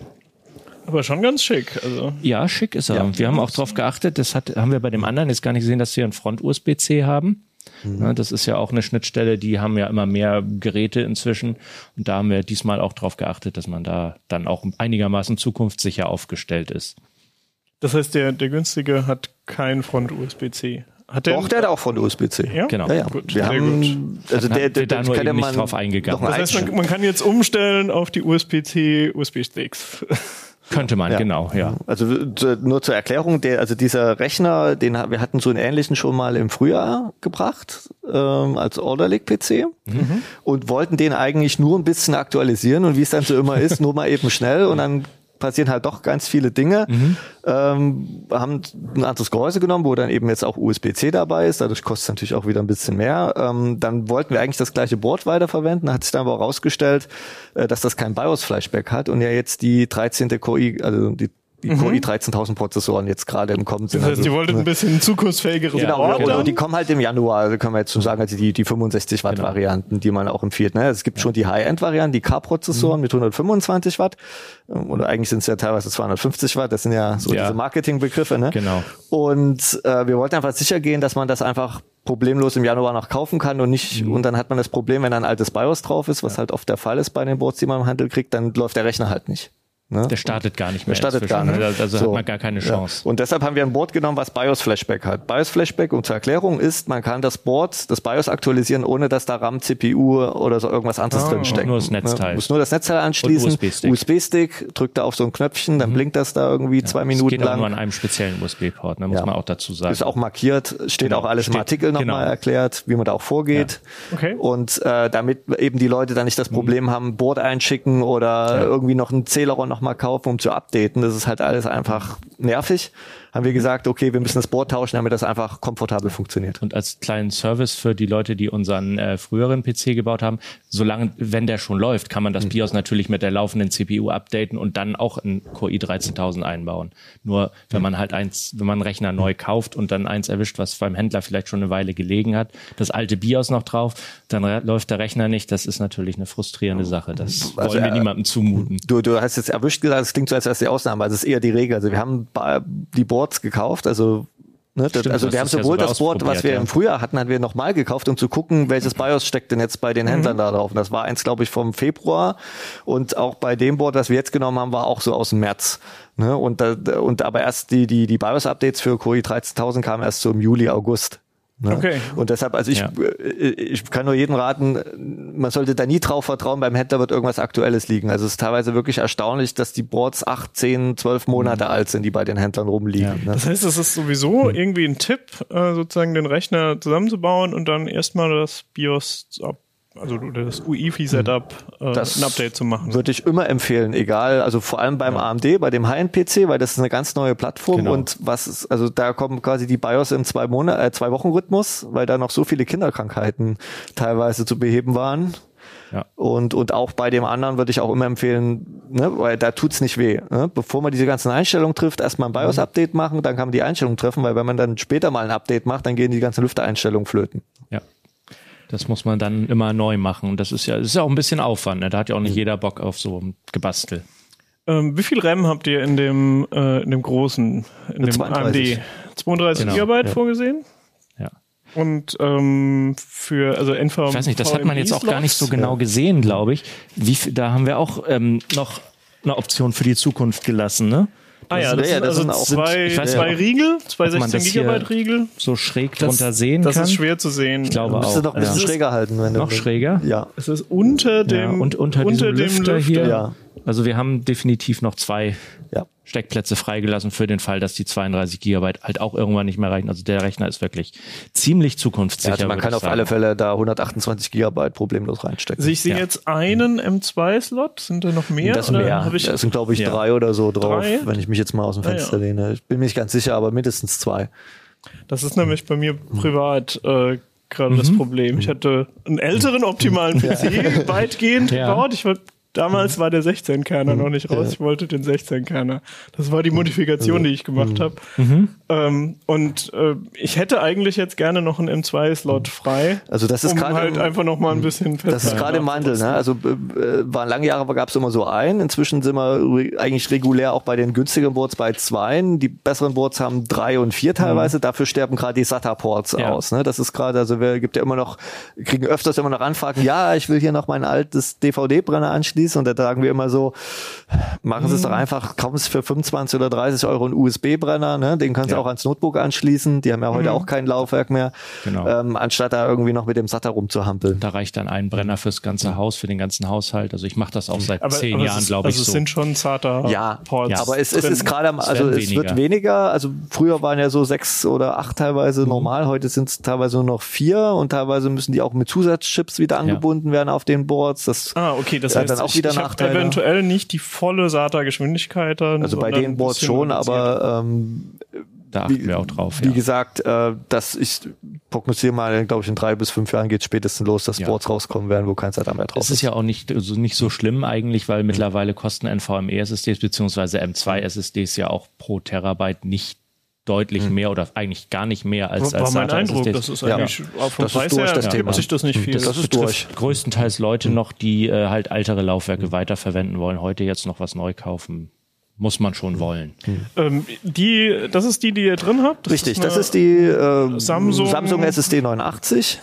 Speaker 1: Aber schon ganz schick. Also.
Speaker 5: Ja, schick ist er. Ja. Wir haben auch darauf geachtet, haben wir bei dem anderen jetzt gar nicht gesehen, dass wir einen Front-USB-C haben. Ja, das ist ja auch eine Schnittstelle, die haben ja immer mehr Geräte inzwischen. Und da haben wir diesmal auch darauf geachtet, dass man da dann auch einigermaßen zukunftssicher aufgestellt ist.
Speaker 1: Das heißt, der günstige hat kein Front-USB-C.
Speaker 4: Doch, der hat auch Front-USB-C.
Speaker 1: Ja?
Speaker 5: Genau.
Speaker 4: Ja.
Speaker 1: Gut,
Speaker 4: wir haben, also der
Speaker 5: da nur eben nicht drauf eingegangen.
Speaker 1: Das heißt, man kann jetzt umstellen auf die USB-C USB-Sticks.
Speaker 5: Könnte man, genau, ja.
Speaker 4: Also nur zur Erklärung, dieser Rechner, wir hatten so einen ähnlichen schon mal im Frühjahr gebracht, als Order-Link-PC und wollten den eigentlich nur ein bisschen aktualisieren und wie es dann so immer ist, nur mal eben schnell und dann passieren halt doch ganz viele Dinge. Haben ein anderes Gehäuse genommen, wo dann eben jetzt auch USB-C dabei ist. Dadurch kostet es natürlich auch wieder ein bisschen mehr. Dann wollten wir eigentlich das gleiche Board weiterverwenden. Hat sich dann aber herausgestellt, dass das kein BIOS-Flashback hat und ja jetzt die 13. Core, also die Core i13000 Prozessoren jetzt gerade im Kommen sind.
Speaker 1: Das heißt, die wollten ein bisschen zukunftsfähigeres
Speaker 4: Board. Genau, die kommen halt im Januar, also können wir jetzt schon sagen, also die 65 Watt Varianten, die man auch empfiehlt. Ne? Es gibt schon die High-End-Varianten, die K-Prozessoren mit 125 Watt. Oder eigentlich sind es ja teilweise 250 Watt. Das sind ja so diese Marketingbegriffe. Ne?
Speaker 5: Genau.
Speaker 4: Und wir wollten einfach sicher gehen, dass man das einfach problemlos im Januar noch kaufen kann und nicht, und dann hat man das Problem, wenn ein altes BIOS drauf ist, was halt oft der Fall ist bei den Boards, die man im Handel kriegt, dann läuft der Rechner halt nicht. Ne?
Speaker 5: Der startet gar nicht mehr.
Speaker 4: Der startet gar nicht.
Speaker 5: Also hat man gar keine Chance.
Speaker 4: Ja. Und deshalb haben wir ein Board genommen, was BIOS Flashback hat. BIOS Flashback, und zur Erklärung ist, man kann das BIOS aktualisieren, ohne dass da RAM, CPU oder so irgendwas anderes drinsteckt.
Speaker 5: Nur das Netzteil.
Speaker 4: Man muss nur das Netzteil anschließen. USB-Stick, drückt da auf so ein Knöpfchen, dann blinkt das da irgendwie 2 Minuten lang.
Speaker 5: Das geht auch nur an einem speziellen USB-Port, muss man auch dazu sagen.
Speaker 4: Ist auch markiert, steht auch alles im Artikel nochmal erklärt, wie man da auch vorgeht.
Speaker 1: Ja. Okay.
Speaker 4: Und damit eben die Leute dann nicht das Problem haben, Board einschicken oder irgendwie noch einen Zähler nochmal kaufen, um zu updaten. Das ist halt alles einfach nervig, haben wir gesagt, okay, wir müssen das Board tauschen, damit das einfach komfortabel funktioniert.
Speaker 5: Und als kleinen Service für die Leute, die unseren früheren PC gebaut haben, solange, wenn der schon läuft, kann man das BIOS natürlich mit der laufenden CPU updaten und dann auch ein Core i13000 einbauen. Nur wenn man halt wenn man einen Rechner neu kauft und dann eins erwischt, was beim Händler vielleicht schon eine Weile gelegen hat, das alte BIOS noch drauf, dann läuft der Rechner nicht. Das ist natürlich eine frustrierende Sache. Das wollen wir niemandem zumuten.
Speaker 4: Du hast jetzt erwischt gesagt, es klingt so, als wäre es die Ausnahme, also es ist eher die Regel. Also wir haben die Boards gekauft, also
Speaker 5: Stimmt,
Speaker 4: also wir haben sowohl das Board, was wir im Frühjahr hatten, haben wir nochmal gekauft, um zu gucken, welches BIOS steckt denn jetzt bei den Händlern da drauf. Und das war eins, glaube ich, vom Februar. Und auch bei dem Board, was wir jetzt genommen haben, war auch so aus dem März. Ne? Und aber erst die BIOS-Updates für Core i13000 kamen erst so im Juli, August. Ne? Okay. Und deshalb, also ich kann nur jedem raten, man sollte da nie drauf vertrauen, beim Händler wird irgendwas Aktuelles liegen. Also es ist teilweise wirklich erstaunlich, dass die Boards 8, 10, 12 Monate alt sind, die bei den Händlern rumliegen.
Speaker 1: Ja.
Speaker 4: Ne?
Speaker 1: Das heißt, es ist sowieso irgendwie ein Tipp, sozusagen den Rechner zusammenzubauen und dann erstmal das BIOS also das UEFI-Setup ein Update zu machen.
Speaker 4: Würde ich immer empfehlen, egal, also vor allem beim AMD, bei dem High-End-PC, weil das ist eine ganz neue Plattform und also da kommen quasi die BIOS im 2-Wochen-Rhythmus, weil da noch so viele Kinderkrankheiten teilweise zu beheben waren. Ja. Und auch bei dem anderen würde ich auch immer empfehlen, ne, weil da tut's nicht weh. Ne? Bevor man diese ganzen Einstellungen trifft, erstmal ein BIOS-Update machen, dann kann man die Einstellungen treffen, weil wenn man dann später mal ein Update macht, dann gehen die ganzen Lüftereinstellungen flöten.
Speaker 5: Ja. Das muss man dann immer neu machen. Und das ist ja auch ein bisschen Aufwand. Ne? Da hat ja auch nicht jeder Bock auf so ein Gebastel.
Speaker 1: Wie viel RAM habt ihr in dem großen, in dem
Speaker 4: 32.
Speaker 1: AMD? 32 Gigabyte vorgesehen?
Speaker 5: Ja.
Speaker 1: Und für, also NVMe.
Speaker 5: Ich weiß nicht, das hat man jetzt auch gar nicht so genau gesehen, glaube ich. Da haben wir auch noch eine Option für die Zukunft gelassen, ne?
Speaker 1: Das sind zwei Riegel, zwei 16 Gigabyte Riegel.
Speaker 5: So schräg drunter sehen kann.
Speaker 1: Das ist schwer zu sehen.
Speaker 5: Ich glaube auch.
Speaker 4: Du musst noch ein bisschen schräger halten. Wenn
Speaker 5: noch schräger?
Speaker 4: Ja.
Speaker 1: Es ist unter dem,
Speaker 5: unter dem Lüfter hier.
Speaker 4: Ja.
Speaker 5: Also wir haben definitiv noch 2 Steckplätze freigelassen für den Fall, dass die 32 Gigabyte halt auch irgendwann nicht mehr reichen. Also der Rechner ist wirklich ziemlich zukunftssicher.
Speaker 4: Also man kann auf alle Fälle da 128 Gigabyte problemlos reinstecken.
Speaker 1: Ich sehe jetzt einen M2-Slot. Sind da noch mehr?
Speaker 4: Das mehr. Das sind, glaube ich, 3 oder so drauf, wenn ich mich jetzt mal aus dem Fenster lehne. Ich bin mir nicht ganz sicher, aber mindestens 2.
Speaker 1: Das ist nämlich bei mir privat gerade das Problem. Ich hatte einen älteren optimalen PC weitgehend gebaut. Damals war der 16-Kerner noch nicht raus. Ich wollte den 16-Kerner. Das war die Modifikation, die ich gemacht habe. Und ich hätte eigentlich jetzt gerne noch einen M2-Slot frei.
Speaker 4: Also das ist gerade
Speaker 1: halt einfach noch mal ein bisschen fest.
Speaker 4: Das ist gerade im Wandel. Ne? Also waren lange Jahre gab es immer so einen. Inzwischen sind wir eigentlich regulär auch bei den günstigen Boards bei 2. Die besseren Boards haben 3 und 4 teilweise. Dafür sterben gerade die SATA-Ports aus. Ne? Das ist gerade, also wir kriegen öfters immer noch Anfragen. Ja, ich will hier noch mein altes DVD-Brenner anschließen. Und da sagen wir immer so, machen Sie es doch einfach, kaufen Sie für 25 oder 30 Euro einen USB-Brenner, ne? Den können Sie auch ans Notebook anschließen, die haben ja heute auch kein Laufwerk mehr, anstatt da irgendwie noch mit dem SATA rumzuhampeln.
Speaker 5: Da reicht dann ein Brenner fürs ganze Haus, für den ganzen Haushalt. Also ich mache das auch seit 10 Jahren, glaube ich.
Speaker 1: Also es sind schon SATA-Ports.
Speaker 4: Aber es ist gerade, also es wird weniger, also früher waren ja so 6 oder 8 teilweise normal, heute sind es teilweise nur noch 4 und teilweise müssen die auch mit Zusatzchips wieder angebunden werden auf den Boards.
Speaker 1: Okay, das heißt,
Speaker 4: dann auch wieder
Speaker 1: ich habe eventuell nicht die volle SATA-Geschwindigkeit.
Speaker 4: Also bei den Boards schon, aber
Speaker 5: da achten wir auch drauf.
Speaker 4: Wie gesagt, ich prognostiziere mal, glaube ich, in 3 bis 5 Jahren geht es spätestens los, dass Boards rauskommen werden, wo kein SATA mehr drauf ist.
Speaker 5: Es ist ja auch nicht so schlimm eigentlich, weil mittlerweile kosten NVMe-SSDs bzw. M2-SSDs ja auch pro Terabyte nicht deutlich mehr oder eigentlich gar nicht mehr als
Speaker 1: SATA. War mein Eindruck,
Speaker 5: SSDs.
Speaker 1: Das ist eigentlich vom Preis her, gibt sich das nicht viel.
Speaker 5: Das ist durch. Größtenteils Leute noch, die halt ältere Laufwerke weiterverwenden wollen, heute jetzt noch was neu kaufen. Muss man schon wollen.
Speaker 1: Das ist die ihr drin habt?
Speaker 4: Richtig, das ist die Samsung SSD 89.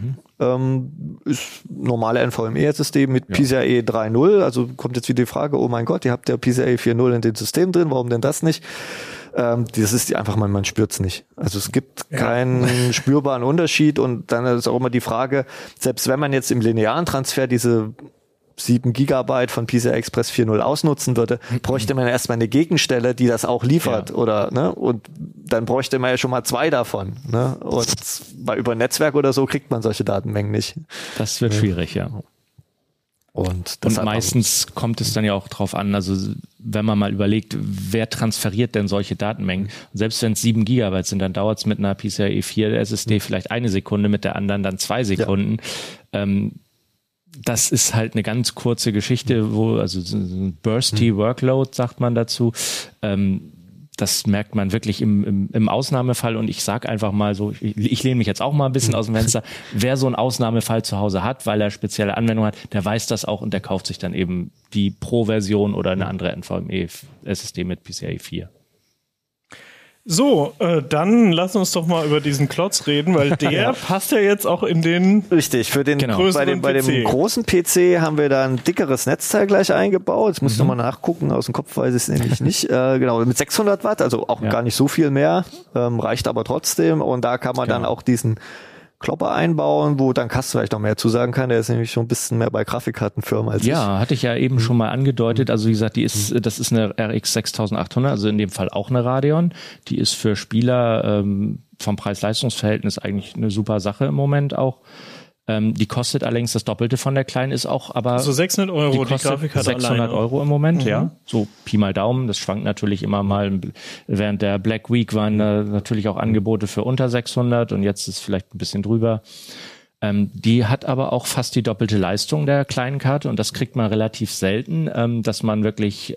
Speaker 4: Ist normale NVMe-SSD mit PCIe 3.0. Also kommt jetzt wieder die Frage, oh mein Gott, ihr habt ja PCIe 4.0 in dem System drin, warum denn das nicht? Das ist einfach mal, man spürt's nicht. Also es gibt keinen spürbaren Unterschied und dann ist auch immer die Frage, selbst wenn man jetzt im linearen Transfer diese 7 Gigabyte von PCI Express 4.0 ausnutzen würde, bräuchte man erstmal eine Gegenstelle, die das auch liefert, oder, ne? Und dann bräuchte man ja schon mal 2 davon, ne? Und über Netzwerk oder so kriegt man solche Datenmengen nicht.
Speaker 5: Das wird schwierig, ja.
Speaker 4: Und
Speaker 5: meistens kommt es dann ja auch drauf an, also wenn man mal überlegt, wer transferiert denn solche Datenmengen? Und selbst wenn es 7 Gigabyte sind, dann dauert es mit einer PCIe 4 SSD vielleicht 1 Sekunde, mit der anderen dann 2 Sekunden. Ja. Das ist halt eine ganz kurze Geschichte, also ein bursty Workload, sagt man dazu. Das merkt man wirklich im Ausnahmefall, und ich sage einfach mal so, ich lehne mich jetzt auch mal ein bisschen aus dem Fenster, wer so einen Ausnahmefall zu Hause hat, weil er spezielle Anwendungen hat, der weiß das auch und der kauft sich dann eben die Pro-Version oder eine andere NVMe SSD mit PCIe 4.
Speaker 1: So, dann lass uns doch mal über diesen Klotz reden, weil der passt ja jetzt auch in den
Speaker 4: Richtig, für den
Speaker 1: größeren
Speaker 4: bei dem großen PC haben wir da ein dickeres Netzteil gleich eingebaut. Jetzt muss ich nochmal nachgucken, aus dem Kopf weiß ich es nämlich nicht. Genau, mit 600 Watt, also auch gar nicht so viel mehr, reicht aber trotzdem. Und da kann man dann auch diesen Klopper einbauen, wo dann Kass vielleicht noch mehr zu sagen kann. Der ist nämlich schon ein bisschen mehr bei Grafikkartenfirmen als ich.
Speaker 5: Ja, hatte ich ja eben schon mal angedeutet. Also wie gesagt, das ist eine RX 6800, also in dem Fall auch eine Radeon. Die ist für Spieler vom Preis-Leistungs-Verhältnis eigentlich eine super Sache im Moment auch. Die kostet allerdings das Doppelte von der kleinen, ist auch aber...
Speaker 1: So 600 Euro,
Speaker 5: die Grafikkarte 600 alleine. Euro im Moment, ja. So Pi mal Daumen, das schwankt natürlich immer mal. Während der Black Week waren da natürlich auch Angebote für unter 600 und jetzt ist vielleicht ein bisschen drüber. Die hat aber auch fast die doppelte Leistung der kleinen Karte und das kriegt man relativ selten, dass man wirklich...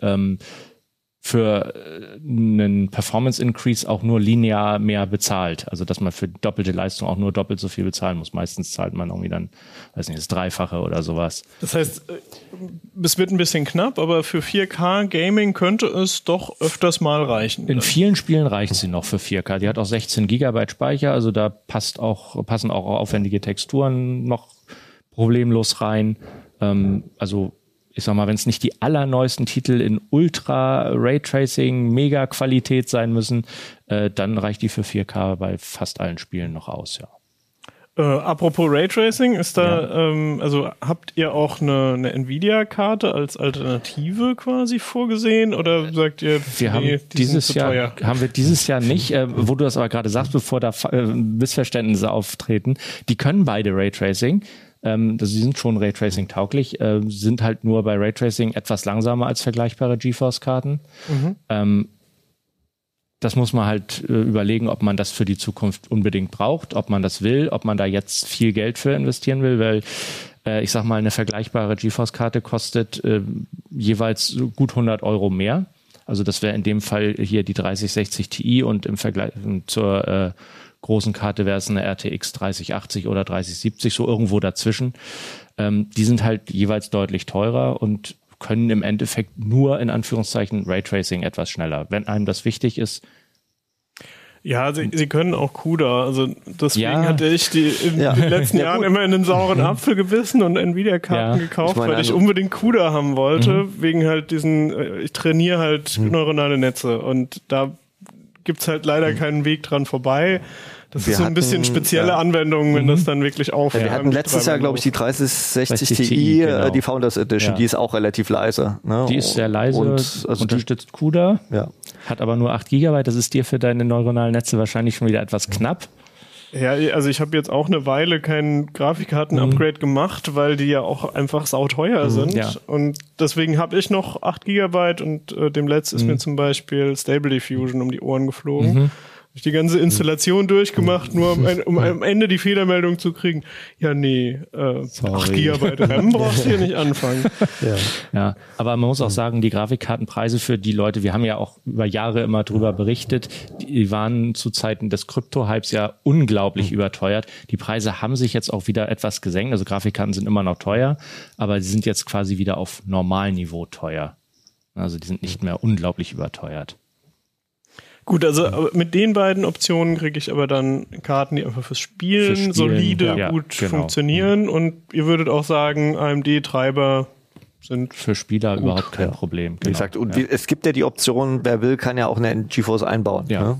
Speaker 5: für einen Performance-Increase auch nur linear mehr bezahlt. Also, dass man für doppelte Leistung auch nur doppelt so viel bezahlen muss. Meistens zahlt man irgendwie dann, weiß nicht, das Dreifache oder sowas.
Speaker 1: Das heißt, es wird ein bisschen knapp, aber für 4K Gaming könnte es doch öfters mal reichen.
Speaker 5: In vielen Spielen reicht sie noch für 4K. Die hat auch 16 Gigabyte Speicher, also da passen auch aufwendige Texturen noch problemlos rein. Also, ich sag mal, wenn es nicht die allerneuesten Titel in Ultra-Raytracing, Mega-Qualität sein müssen, dann reicht die für 4K bei fast allen Spielen noch aus, ja.
Speaker 1: Apropos Raytracing, ist da, also habt ihr auch eine Nvidia-Karte als Alternative quasi vorgesehen oder sagt ihr,
Speaker 5: haben wir dieses Jahr nicht, wo du das aber gerade sagst, bevor da Missverständnisse auftreten, die können beide Raytracing. Sie sind schon Raytracing-tauglich, sind halt nur bei Raytracing etwas langsamer als vergleichbare GeForce-Karten. Das muss man halt überlegen, ob man das für die Zukunft unbedingt braucht, ob man das will, ob man da jetzt viel Geld für investieren will, weil ich sag mal, eine vergleichbare GeForce-Karte kostet jeweils gut 100 Euro mehr. Also das wäre in dem Fall hier die 3060 Ti und im Vergleich zur großen Karte wäre es eine RTX 3080 oder 3070, so irgendwo dazwischen. Die sind halt jeweils deutlich teurer und können im Endeffekt nur in Anführungszeichen Raytracing etwas schneller, wenn einem das wichtig ist.
Speaker 1: Ja, sie können auch CUDA. Also deswegen hatte ich in den letzten Jahren immer in den sauren Apfel gebissen und Nvidia-Karten gekauft, weil ich unbedingt CUDA haben wollte, wegen halt ich trainiere halt neuronale Netze und da gibt's halt leider keinen Weg dran vorbei. Das ist so ein bisschen spezielle Anwendung, wenn das dann wirklich aufhört.
Speaker 4: Wir hatten letztes Jahr, glaube ich, die 3060 Ti, genau. Die Founders Edition, die ist auch relativ leise. Ne?
Speaker 5: Die ist sehr leise, unterstützt CUDA, hat aber nur 8 GB. Das ist dir für deine neuronalen Netze wahrscheinlich schon wieder etwas knapp.
Speaker 1: Ja, also ich habe jetzt auch eine Weile kein Grafikkarten-Upgrade gemacht, weil die ja auch einfach sauteuer sind. Ja. Und deswegen habe ich noch 8 GB und dem Letzt ist mir zum Beispiel Stable Diffusion um die Ohren geflogen. Ich die ganze Installation durchgemacht, nur um am Ende die Fehlermeldung zu kriegen. Ja, nee, 8 GB RAM brauchst du hier nicht anfangen.
Speaker 5: Ja, aber man muss auch sagen, die Grafikkartenpreise für die Leute, wir haben ja auch über Jahre immer drüber berichtet, die waren zu Zeiten des Krypto-Hypes ja unglaublich überteuert. Die Preise haben sich jetzt auch wieder etwas gesenkt, also Grafikkarten sind immer noch teuer, aber sie sind jetzt quasi wieder auf Normalniveau teuer. Also die sind nicht mehr unglaublich überteuert.
Speaker 1: Gut, also mit den beiden Optionen kriege ich aber dann Karten, die einfach fürs Spielen solide gut funktionieren. Und ihr würdet auch sagen, AMD-Treiber sind
Speaker 5: für Spieler gut, überhaupt kein Problem.
Speaker 4: Wie gesagt, und es gibt ja die Option, wer will, kann ja auch eine GeForce einbauen. Ja. Ne?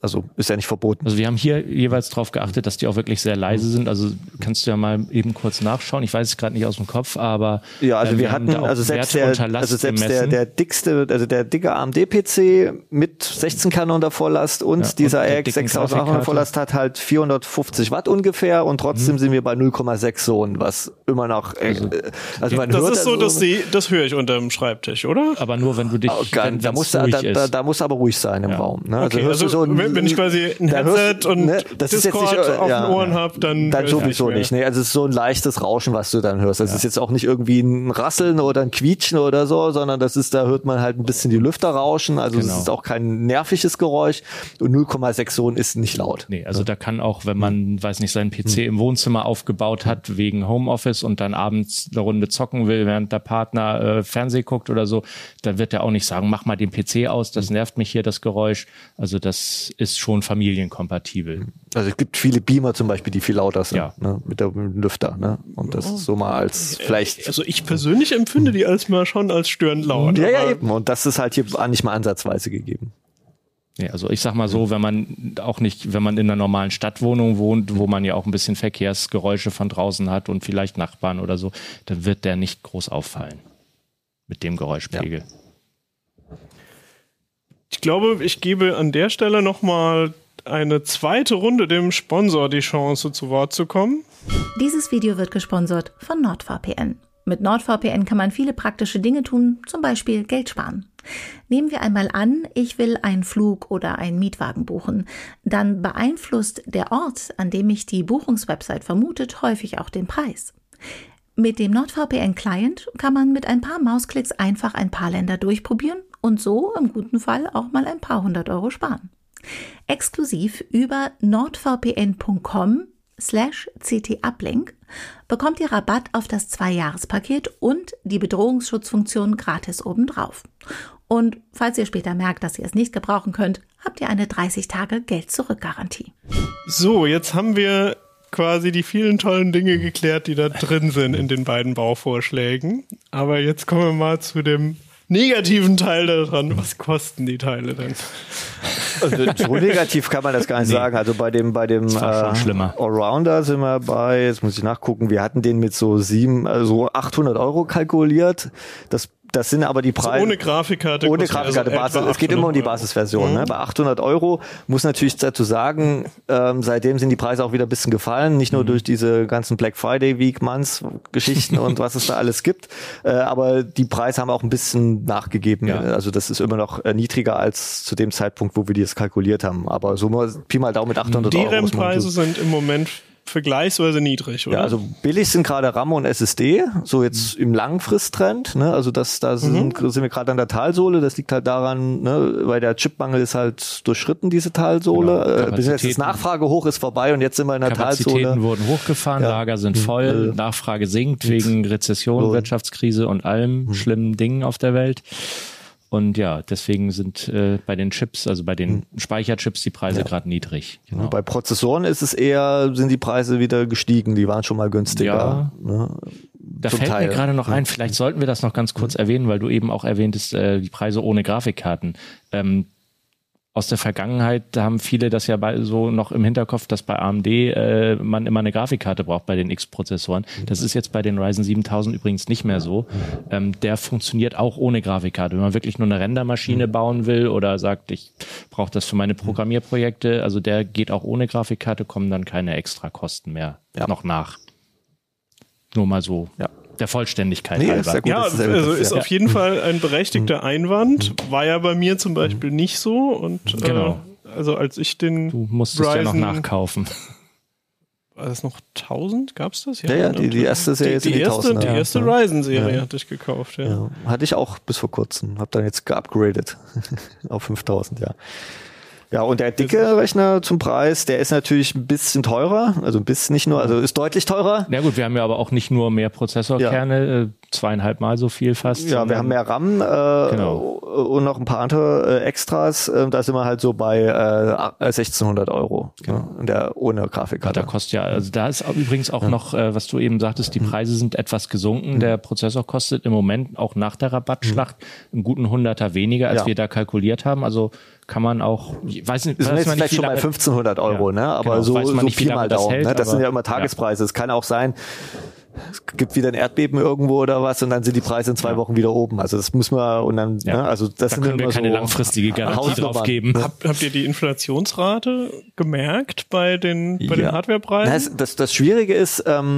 Speaker 4: Also ist ja nicht verboten.
Speaker 5: Also wir haben hier jeweils darauf geachtet, dass die auch wirklich sehr leise sind. Also kannst du ja mal eben kurz nachschauen. Ich weiß es gerade nicht aus dem Kopf, aber
Speaker 4: ja, also wir hatten also selbst der dickste, also der dicke AMD-PC mit 16 Kernen der Vorlast und dieser RX 6800 Vorlast hat halt 450 Watt ungefähr und trotzdem sind wir bei 0,6 Sohn, was immer noch also man
Speaker 1: das
Speaker 4: hört
Speaker 1: ist so, das höre ich unterm Schreibtisch, oder?
Speaker 5: Aber nur wenn du dich
Speaker 4: da muss aber ruhig sein im Raum. Ne?
Speaker 1: Okay, also wenn ich quasi ein Headset und Discord auf den Ohren habe, dann
Speaker 4: sowieso nicht. Nee, also es ist so ein leichtes Rauschen, was du dann hörst. Das ist jetzt auch nicht irgendwie ein Rasseln oder ein Quietschen oder so, sondern da hört man halt ein bisschen die Lüfter rauschen. Also es ist auch kein nerviges Geräusch und 0,6 Sohn ist nicht laut.
Speaker 5: Nee, also da kann auch, wenn man, weiß nicht, seinen PC im Wohnzimmer aufgebaut hat wegen Homeoffice und dann abends eine Runde zocken will, während der Partner Fernseh guckt oder so, dann wird er auch nicht sagen, mach mal den PC aus, das nervt mich hier, das Geräusch. Also das ist schon familienkompatibel.
Speaker 4: Also es gibt viele Beamer zum Beispiel, die viel lauter sind, ne, mit dem Lüfter. Ne? Und das ist so mal als vielleicht...
Speaker 1: Also ich persönlich empfinde die schon als störend laut.
Speaker 4: Ja, eben. Und das ist halt hier nicht mal ansatzweise gegeben.
Speaker 5: Ja, also ich sag mal so, wenn man in einer normalen Stadtwohnung wohnt, wo man ja auch ein bisschen Verkehrsgeräusche von draußen hat und vielleicht Nachbarn oder so, dann wird der nicht groß auffallen mit dem Geräuschpegel. Ja.
Speaker 1: Ich glaube, ich gebe an der Stelle nochmal eine zweite Runde dem Sponsor die Chance, zu Wort zu kommen.
Speaker 3: Dieses Video wird gesponsert von NordVPN. Mit NordVPN kann man viele praktische Dinge tun, zum Beispiel Geld sparen. Nehmen wir einmal an, ich will einen Flug oder einen Mietwagen buchen. Dann beeinflusst der Ort, an dem mich die Buchungswebsite vermutet, häufig auch den Preis. Mit dem NordVPN-Client kann man mit ein paar Mausklicks einfach ein paar Länder durchprobieren und so im guten Fall auch mal ein paar 100 € sparen. Exklusiv über nordvpn.com/ct-uplink bekommt ihr Rabatt auf das 2-Jahres-Paket und die Bedrohungsschutzfunktion gratis obendrauf. Und falls ihr später merkt, dass ihr es nicht gebrauchen könnt, habt ihr eine 30-Tage-Geld-Zurück-Garantie.
Speaker 1: So, jetzt haben wir quasi die vielen tollen Dinge geklärt, die da drin sind in den beiden Bauvorschlägen. Aber jetzt kommen wir mal zu dem negativen Teil daran. Was kosten die Teile denn?
Speaker 4: Also, so negativ kann man das gar nicht sagen. Also bei dem Allrounder sind wir bei, jetzt muss ich nachgucken, wir hatten den mit so 800 € kalkuliert. Das sind aber die Preise.
Speaker 1: Also ohne Grafikkarte.
Speaker 4: Ohne Grafikkarte, Basis. Es geht immer um die Basisversion. Ne? Bei 800 € muss natürlich dazu sagen, seitdem sind die Preise auch wieder ein bisschen gefallen. Nicht nur durch diese ganzen Black Friday Week Months Geschichten und was es da alles gibt. Aber die Preise haben auch ein bisschen nachgegeben. Ja. Also das ist immer noch niedriger als zu dem Zeitpunkt, wo wir das kalkuliert haben. Aber so mal Pi mal Daumen mit 800 €.
Speaker 1: Die RAM-Preise sind im Moment vergleichsweise niedrig, oder?
Speaker 4: Ja, also billig sind gerade RAM und SSD, so jetzt im Langfristtrend, ne? Also da sind wir gerade an der Talsohle, das liegt halt daran, ne, weil der Chipmangel ist halt durchschritten, diese Talsohle. Genau, das Nachfrage hoch ist vorbei und jetzt sind wir in der Talsohle.
Speaker 5: Kapazitäten wurden hochgefahren, Lager sind voll, Nachfrage sinkt wegen Rezession, Wirtschaftskrise und allem schlimmen Dingen auf der Welt. Und ja, deswegen sind bei den Chips, also bei den Speicherchips, die Preise gerade niedrig.
Speaker 4: Genau. Bei Prozessoren sind die Preise wieder gestiegen, die waren schon mal günstiger. Ja. Ne?
Speaker 5: Da fällt mir gerade noch ein, vielleicht sollten wir das noch ganz kurz erwähnen, weil du eben auch erwähntest, die Preise ohne Grafikkarten. Aus der Vergangenheit, da haben viele das ja so noch im Hinterkopf, dass bei AMD man immer eine Grafikkarte braucht bei den X-Prozessoren. Das ist jetzt bei den Ryzen 7000 übrigens nicht mehr so. Der funktioniert auch ohne Grafikkarte. Wenn man wirklich nur eine Rendermaschine bauen will oder sagt, ich brauche das für meine Programmierprojekte, also der geht auch ohne Grafikkarte, kommen dann keine extra Kosten mehr noch nach. Nur mal so. Ja. Der Vollständigkeit halber.
Speaker 1: Ist auf jeden Fall ein berechtigter Einwand. War ja bei mir zum Beispiel nicht so. Und also als ich den
Speaker 5: Du musstest
Speaker 1: Ryzen,
Speaker 5: ja noch nachkaufen.
Speaker 1: War das noch 1000? Gab's das?
Speaker 4: Ja, die erste Serie ist die 1000.
Speaker 1: Die erste Ryzen-Serie hatte ich gekauft. Ja.
Speaker 4: Hatte ich auch bis vor kurzem. Hab dann jetzt geupgradet auf 5000, Ja, und der dicke Rechner zum Preis, der ist natürlich ein bisschen teurer, also ein bisschen nicht nur, also ist deutlich teurer.
Speaker 5: Na gut, wir haben ja aber auch nicht nur mehr Prozessorkerne, 2,5 Mal so viel fast.
Speaker 4: Ja, wir haben mehr RAM und noch ein paar andere Extras. Da sind wir halt so bei 1.600 €, ohne Grafikkarte.
Speaker 5: Da kostet also da ist übrigens auch noch, was du eben sagtest, die Preise sind etwas gesunken. Der Prozessor kostet im Moment auch nach der Rabattschlacht einen guten 100er weniger, als wir da kalkuliert haben. Also kann man auch, weiß nicht,
Speaker 4: ist
Speaker 5: weiß
Speaker 4: jetzt
Speaker 5: man nicht,
Speaker 4: vielleicht
Speaker 5: wie
Speaker 4: schon bei
Speaker 5: lange-
Speaker 4: 1.500 Euro,
Speaker 5: Ja,
Speaker 4: ne? Aber
Speaker 5: genau. Weiß
Speaker 4: so
Speaker 5: man nicht, wie
Speaker 4: Pi
Speaker 5: lange
Speaker 4: mal
Speaker 5: das
Speaker 4: Daumen,
Speaker 5: hält,
Speaker 4: ne? Das sind
Speaker 5: aber-
Speaker 4: ja immer Tagespreise. Es kann auch sein, es gibt wieder ein Erdbeben irgendwo oder was und dann sind die Preise in 2 Wochen wieder oben. Also das müssen wir und dann,
Speaker 5: Ja.
Speaker 4: ne? Also das
Speaker 5: Da
Speaker 4: sind
Speaker 5: können wir
Speaker 4: immer
Speaker 5: keine
Speaker 4: so
Speaker 5: langfristige Garantie
Speaker 4: Hausnummern.
Speaker 5: drauf geben.
Speaker 1: Habt ihr die Inflationsrate gemerkt bei den
Speaker 4: Ja.
Speaker 1: Hardwarepreisen?
Speaker 4: Das Schwierige ist,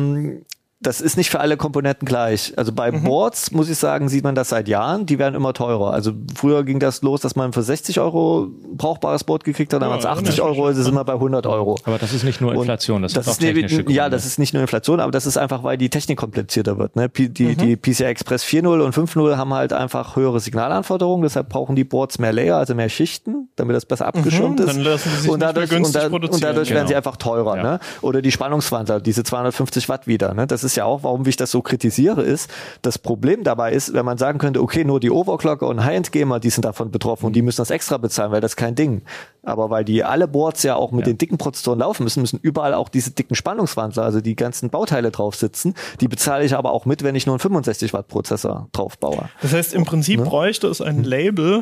Speaker 4: das ist nicht für alle Komponenten gleich. Also bei Boards, muss ich sagen, sieht man das seit Jahren. Die werden immer teurer. Also früher ging das los, dass man für 60 Euro brauchbares Board gekriegt hat, dann waren es 80 Euro, jetzt sind wir bei 100 Euro.
Speaker 5: Aber das ist nicht nur Inflation, das hat auch
Speaker 4: ist
Speaker 5: technische Gründe.
Speaker 4: Ja, das ist nicht nur Inflation, aber das ist einfach, weil die Technik komplizierter wird. Ne? Die PCI Express 4.0 und 5.0 haben halt einfach höhere Signalanforderungen, deshalb brauchen die Boards mehr Layer, also mehr Schichten, damit das besser abgeschirmt ist.
Speaker 1: Dann lassen sie sich
Speaker 4: und dadurch,
Speaker 1: nicht mehr günstig
Speaker 4: und
Speaker 1: produzieren.
Speaker 4: dadurch werden
Speaker 5: Genau.
Speaker 4: sie einfach teurer.
Speaker 5: Ja.
Speaker 4: Ne? Oder die Spannungswandler, diese 250 Watt wieder. Ne? Das ist ja auch, warum ich das so kritisiere, ist, das Problem dabei ist, wenn man sagen könnte, okay, nur die Overclocker und High-End-Gamer, die sind davon betroffen und die müssen das extra bezahlen, weil das ist kein Ding. Aber weil die alle Boards ja auch mit den dicken Prozessoren laufen müssen überall auch diese dicken Spannungswandler, also die ganzen Bauteile drauf sitzen. Die bezahle ich aber auch mit, wenn ich nur einen 65 Watt Prozessor drauf baue.
Speaker 1: Das heißt, im Prinzip bräuchte es ein Label,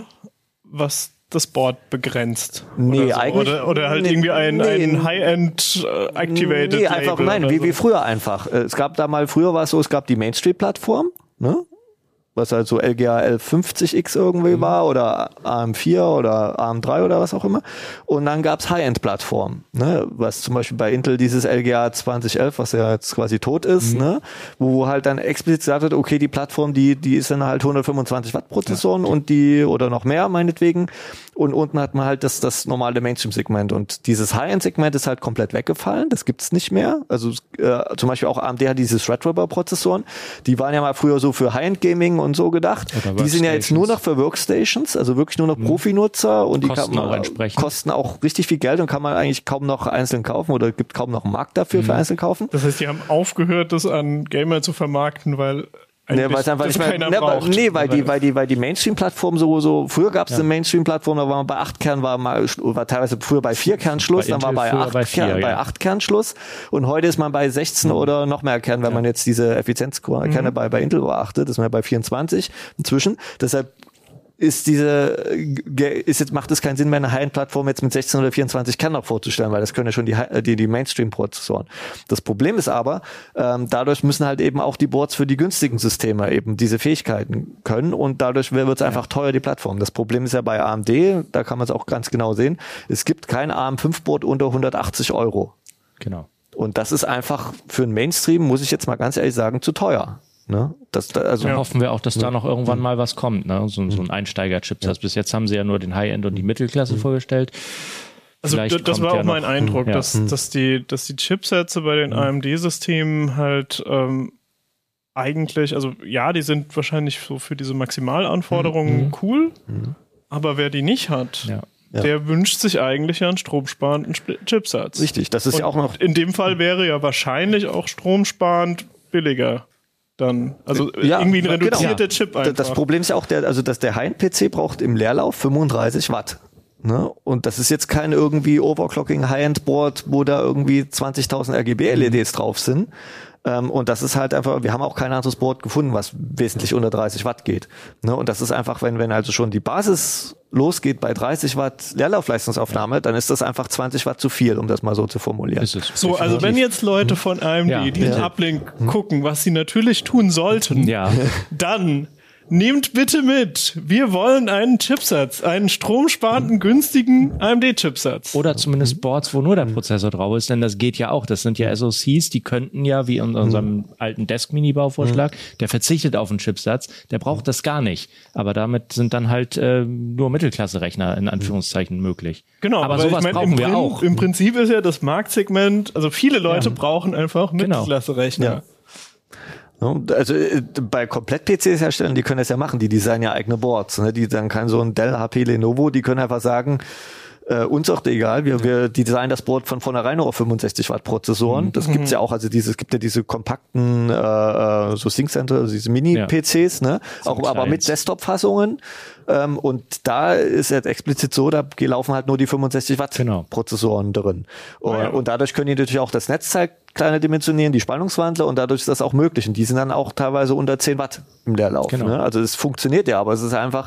Speaker 1: was das Board begrenzt.
Speaker 4: Nee,
Speaker 1: oder so.
Speaker 4: eigentlich.
Speaker 1: Oder halt
Speaker 4: nee,
Speaker 1: irgendwie ein
Speaker 4: nee.
Speaker 1: High-End Activated
Speaker 4: Nee, einfach,
Speaker 1: Label.
Speaker 4: nein,
Speaker 1: oder
Speaker 4: wie
Speaker 1: so.
Speaker 4: früher einfach. Es gab da mal, früher war es so, es gab die Main Street Plattform, ne? Was halt so LGA L50X irgendwie war oder AM4 oder AM3 oder was auch immer. Und dann gab's High-End-Plattformen, ne? Was zum Beispiel bei Intel dieses LGA 2011, was ja jetzt quasi tot ist, ne? Wo halt dann explizit gesagt wird, okay, die Plattform, die ist dann halt 125 Watt Prozessoren und die, oder noch mehr meinetwegen. Und unten hat man halt das normale Mainstream-Segment. Und dieses High-End-Segment ist halt komplett weggefallen. Das gibt's nicht mehr. Also zum Beispiel auch AMD hat diese Threadripper-Prozessoren. Die waren ja mal früher so für High-End-Gaming und so gedacht.
Speaker 5: Oder
Speaker 4: Die sind ja jetzt nur noch für Workstations, also wirklich nur noch Profinutzer. Und die
Speaker 5: Kosten
Speaker 4: kann man,
Speaker 5: auch entsprechend.
Speaker 4: kosten auch richtig viel Geld und kann man eigentlich kaum noch einzeln kaufen oder gibt kaum noch einen Markt dafür für einzeln kaufen.
Speaker 1: Das heißt, die haben aufgehört, das an Gamer zu vermarkten, weil
Speaker 4: Nee, weil es einfach
Speaker 1: das
Speaker 4: nicht mehr,
Speaker 1: keiner
Speaker 4: ne,
Speaker 1: braucht.
Speaker 4: weil die Mainstream-Plattform so, früher gab es eine Mainstream-Plattform, da war man bei 8 Kern, war teilweise früher bei 4 Kern Schluss,
Speaker 5: Bei
Speaker 4: dann war
Speaker 5: Intel
Speaker 4: bei
Speaker 5: früher
Speaker 4: 8
Speaker 5: bei 4,
Speaker 4: Kern,
Speaker 5: ja.
Speaker 4: bei 8 Kern Schluss und heute ist man bei 16 oder noch mehr Kern, wenn man jetzt diese Effizienzkerne bei Intel beachtet, ist man bei 24 inzwischen. Deshalb macht es keinen Sinn mehr, eine High-End-Plattform jetzt mit 16 oder 24 Kern noch vorzustellen, weil das können ja schon die Mainstream-Prozessoren. Das Problem ist aber, dadurch müssen halt eben auch die Boards für die günstigen Systeme eben diese Fähigkeiten können und dadurch wird es einfach teuer, die Plattform. Das Problem ist ja bei AMD, da kann man es auch ganz genau sehen, es gibt kein AM5-Board unter 180 Euro.
Speaker 5: Genau.
Speaker 4: Und das ist einfach für einen Mainstream, muss ich jetzt mal ganz ehrlich sagen, zu teuer. Ne? Also
Speaker 5: Dann hoffen wir auch, dass da noch irgendwann mal was kommt, ne? So ein Einsteiger-Chip. Bis jetzt haben sie ja nur den High-End und die Mittelklasse vorgestellt.
Speaker 1: Also
Speaker 5: Vielleicht
Speaker 1: das
Speaker 5: kommt
Speaker 1: war
Speaker 5: ja
Speaker 1: auch mein
Speaker 5: noch-
Speaker 1: Eindruck,
Speaker 5: ja.
Speaker 1: dass die Chipsätze bei den AMD-Systemen halt eigentlich, also ja, die sind wahrscheinlich so für diese Maximalanforderungen cool, aber wer die nicht hat,
Speaker 5: Ja.
Speaker 1: der wünscht sich eigentlich ja einen stromsparenden Chipsatz.
Speaker 4: richtig, das ist ja auch noch
Speaker 1: In dem Fall wäre ja wahrscheinlich auch stromsparend billiger dann. Also irgendwie ein reduzierter Chip einfach.
Speaker 4: Das Problem ist ja auch, dass der High-End-PC braucht im Leerlauf 35 Watt. Ne? Und das ist jetzt kein irgendwie Overclocking High-End-Board, wo da irgendwie 20.000 RGB-LEDs drauf sind. Und das ist halt einfach, wir haben auch kein anderes Board gefunden, was wesentlich unter 30 Watt geht. Ne? Und das ist einfach, wenn also schon die Basis losgeht bei 30 Watt Leerlaufleistungsaufnahme, dann ist das einfach 20 Watt zu viel, um das mal so zu formulieren.
Speaker 5: Ist es.
Speaker 1: So, also wenn jetzt Leute von AMD
Speaker 5: Ja.
Speaker 1: diesen Uplink gucken, was sie natürlich tun sollten,
Speaker 5: Ja.
Speaker 1: dann nehmt bitte mit. Wir wollen einen Chipsatz, einen stromsparenden, günstigen AMD-Chipsatz.
Speaker 5: Oder zumindest Boards, wo nur der Prozessor drauf ist, denn das geht ja auch. Das sind ja SoCs, die könnten ja, wie in unserem alten Desk-Mini-Bauvorschlag, der verzichtet auf einen Chipsatz, der braucht das gar nicht. Aber damit sind dann halt nur Mittelklasse-Rechner in Anführungszeichen möglich.
Speaker 1: Genau,
Speaker 5: aber
Speaker 1: weil
Speaker 5: sowas brauchen wir auch.
Speaker 1: Im Prinzip ist ja das Marktsegment, also viele Leute brauchen einfach Mittelklasse-Rechner.
Speaker 4: Ja. Also bei Komplett-PCs herstellen, die können das ja machen, die designen ja eigene Boards. Ne? Dann kann so ein Dell, HP, Lenovo, die können einfach sagen, uns auch egal, wir designen das Board von vornherein nur auf 65 Watt Prozessoren. Das gibt's ja auch, also es gibt ja diese kompakten so Syncenter, also diese Mini-PCs, ne? Auch aber mit Desktop-Fassungen. Und da ist jetzt explizit so, da laufen halt nur die 65 Watt Prozessoren drin. Und dadurch können die natürlich auch das Netzteil kleiner dimensionieren, die Spannungswandler, und dadurch ist das auch möglich. Und die sind dann auch teilweise unter 10 Watt im Leerlauf.
Speaker 5: Genau.
Speaker 4: Ne? Also es funktioniert ja, aber es ist einfach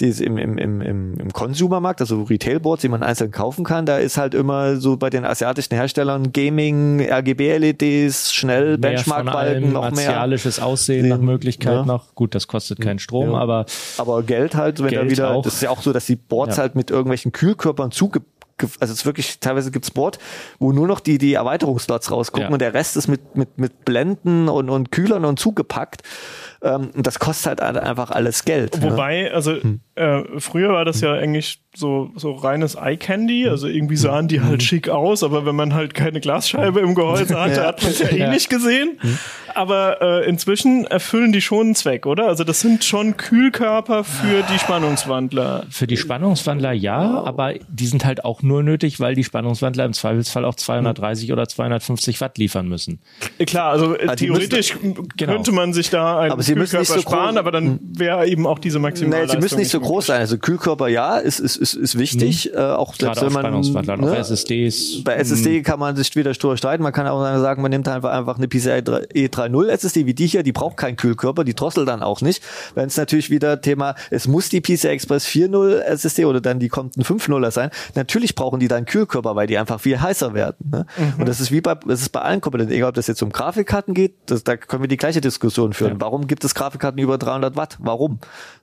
Speaker 4: im Consumermarkt, also Retailboards, die man einzeln kaufen kann, da ist halt immer so bei den asiatischen Herstellern Gaming, RGB-LEDs, schnell, Benchmark-Balken, noch mehr.
Speaker 5: Martialisches Aussehen nach Möglichkeit noch. Gut, das kostet keinen Strom, aber
Speaker 4: Geld halt, wenn
Speaker 5: Geld
Speaker 4: da wieder,
Speaker 5: auch.
Speaker 4: das ist ja auch so, dass die Boards halt mit irgendwelchen Kühlkörpern also es ist wirklich, teilweise gibt's Board, wo nur noch die Erweiterungsslots rausgucken und der Rest ist mit Blenden und Kühlern und zugepackt. Und das kostet halt einfach alles Geld.
Speaker 1: Wobei, also früher war das ja eigentlich so reines Eye-Candy, also irgendwie sahen die halt schick aus, aber wenn man halt keine Glasscheibe im Gehäuse hatte, hat man es ja nicht gesehen. Aber inzwischen erfüllen die schon einen Zweck, oder? Also das sind schon Kühlkörper für die Spannungswandler.
Speaker 5: für die Spannungswandler ja, aber die sind halt auch nur nötig, weil die Spannungswandler im Zweifelsfall auch 230 oder 250 Watt liefern müssen.
Speaker 1: Klar, also theoretisch könnte man sich da einen Kühlkörper sparen, aber dann wäre eben auch diese Maximalleistung.
Speaker 4: Sie müssen nicht so groß sein. Also Kühlkörper, ja, ist wichtig. Auch
Speaker 5: gerade
Speaker 4: selbst wenn man
Speaker 5: Spannungswandler, auch SSDs.
Speaker 4: Bei SSD kann man sich wieder stur streiten. Man kann auch sagen, man nimmt einfach eine PCIe 3.0 SSD wie die hier, die braucht keinen Kühlkörper, die drosselt dann auch nicht. Wenn es natürlich wieder Thema, es muss die PCI Express 4.0 SSD oder dann die kommt ein 5.0er sein. Natürlich brauchen die dann Kühlkörper, weil die einfach viel heißer werden. Ne? Und das ist bei allen Komponenten, egal ob das jetzt um Grafikkarten geht, da können wir die gleiche Diskussion führen. Warum gibt es Grafikkarten über 300 Watt? Warum?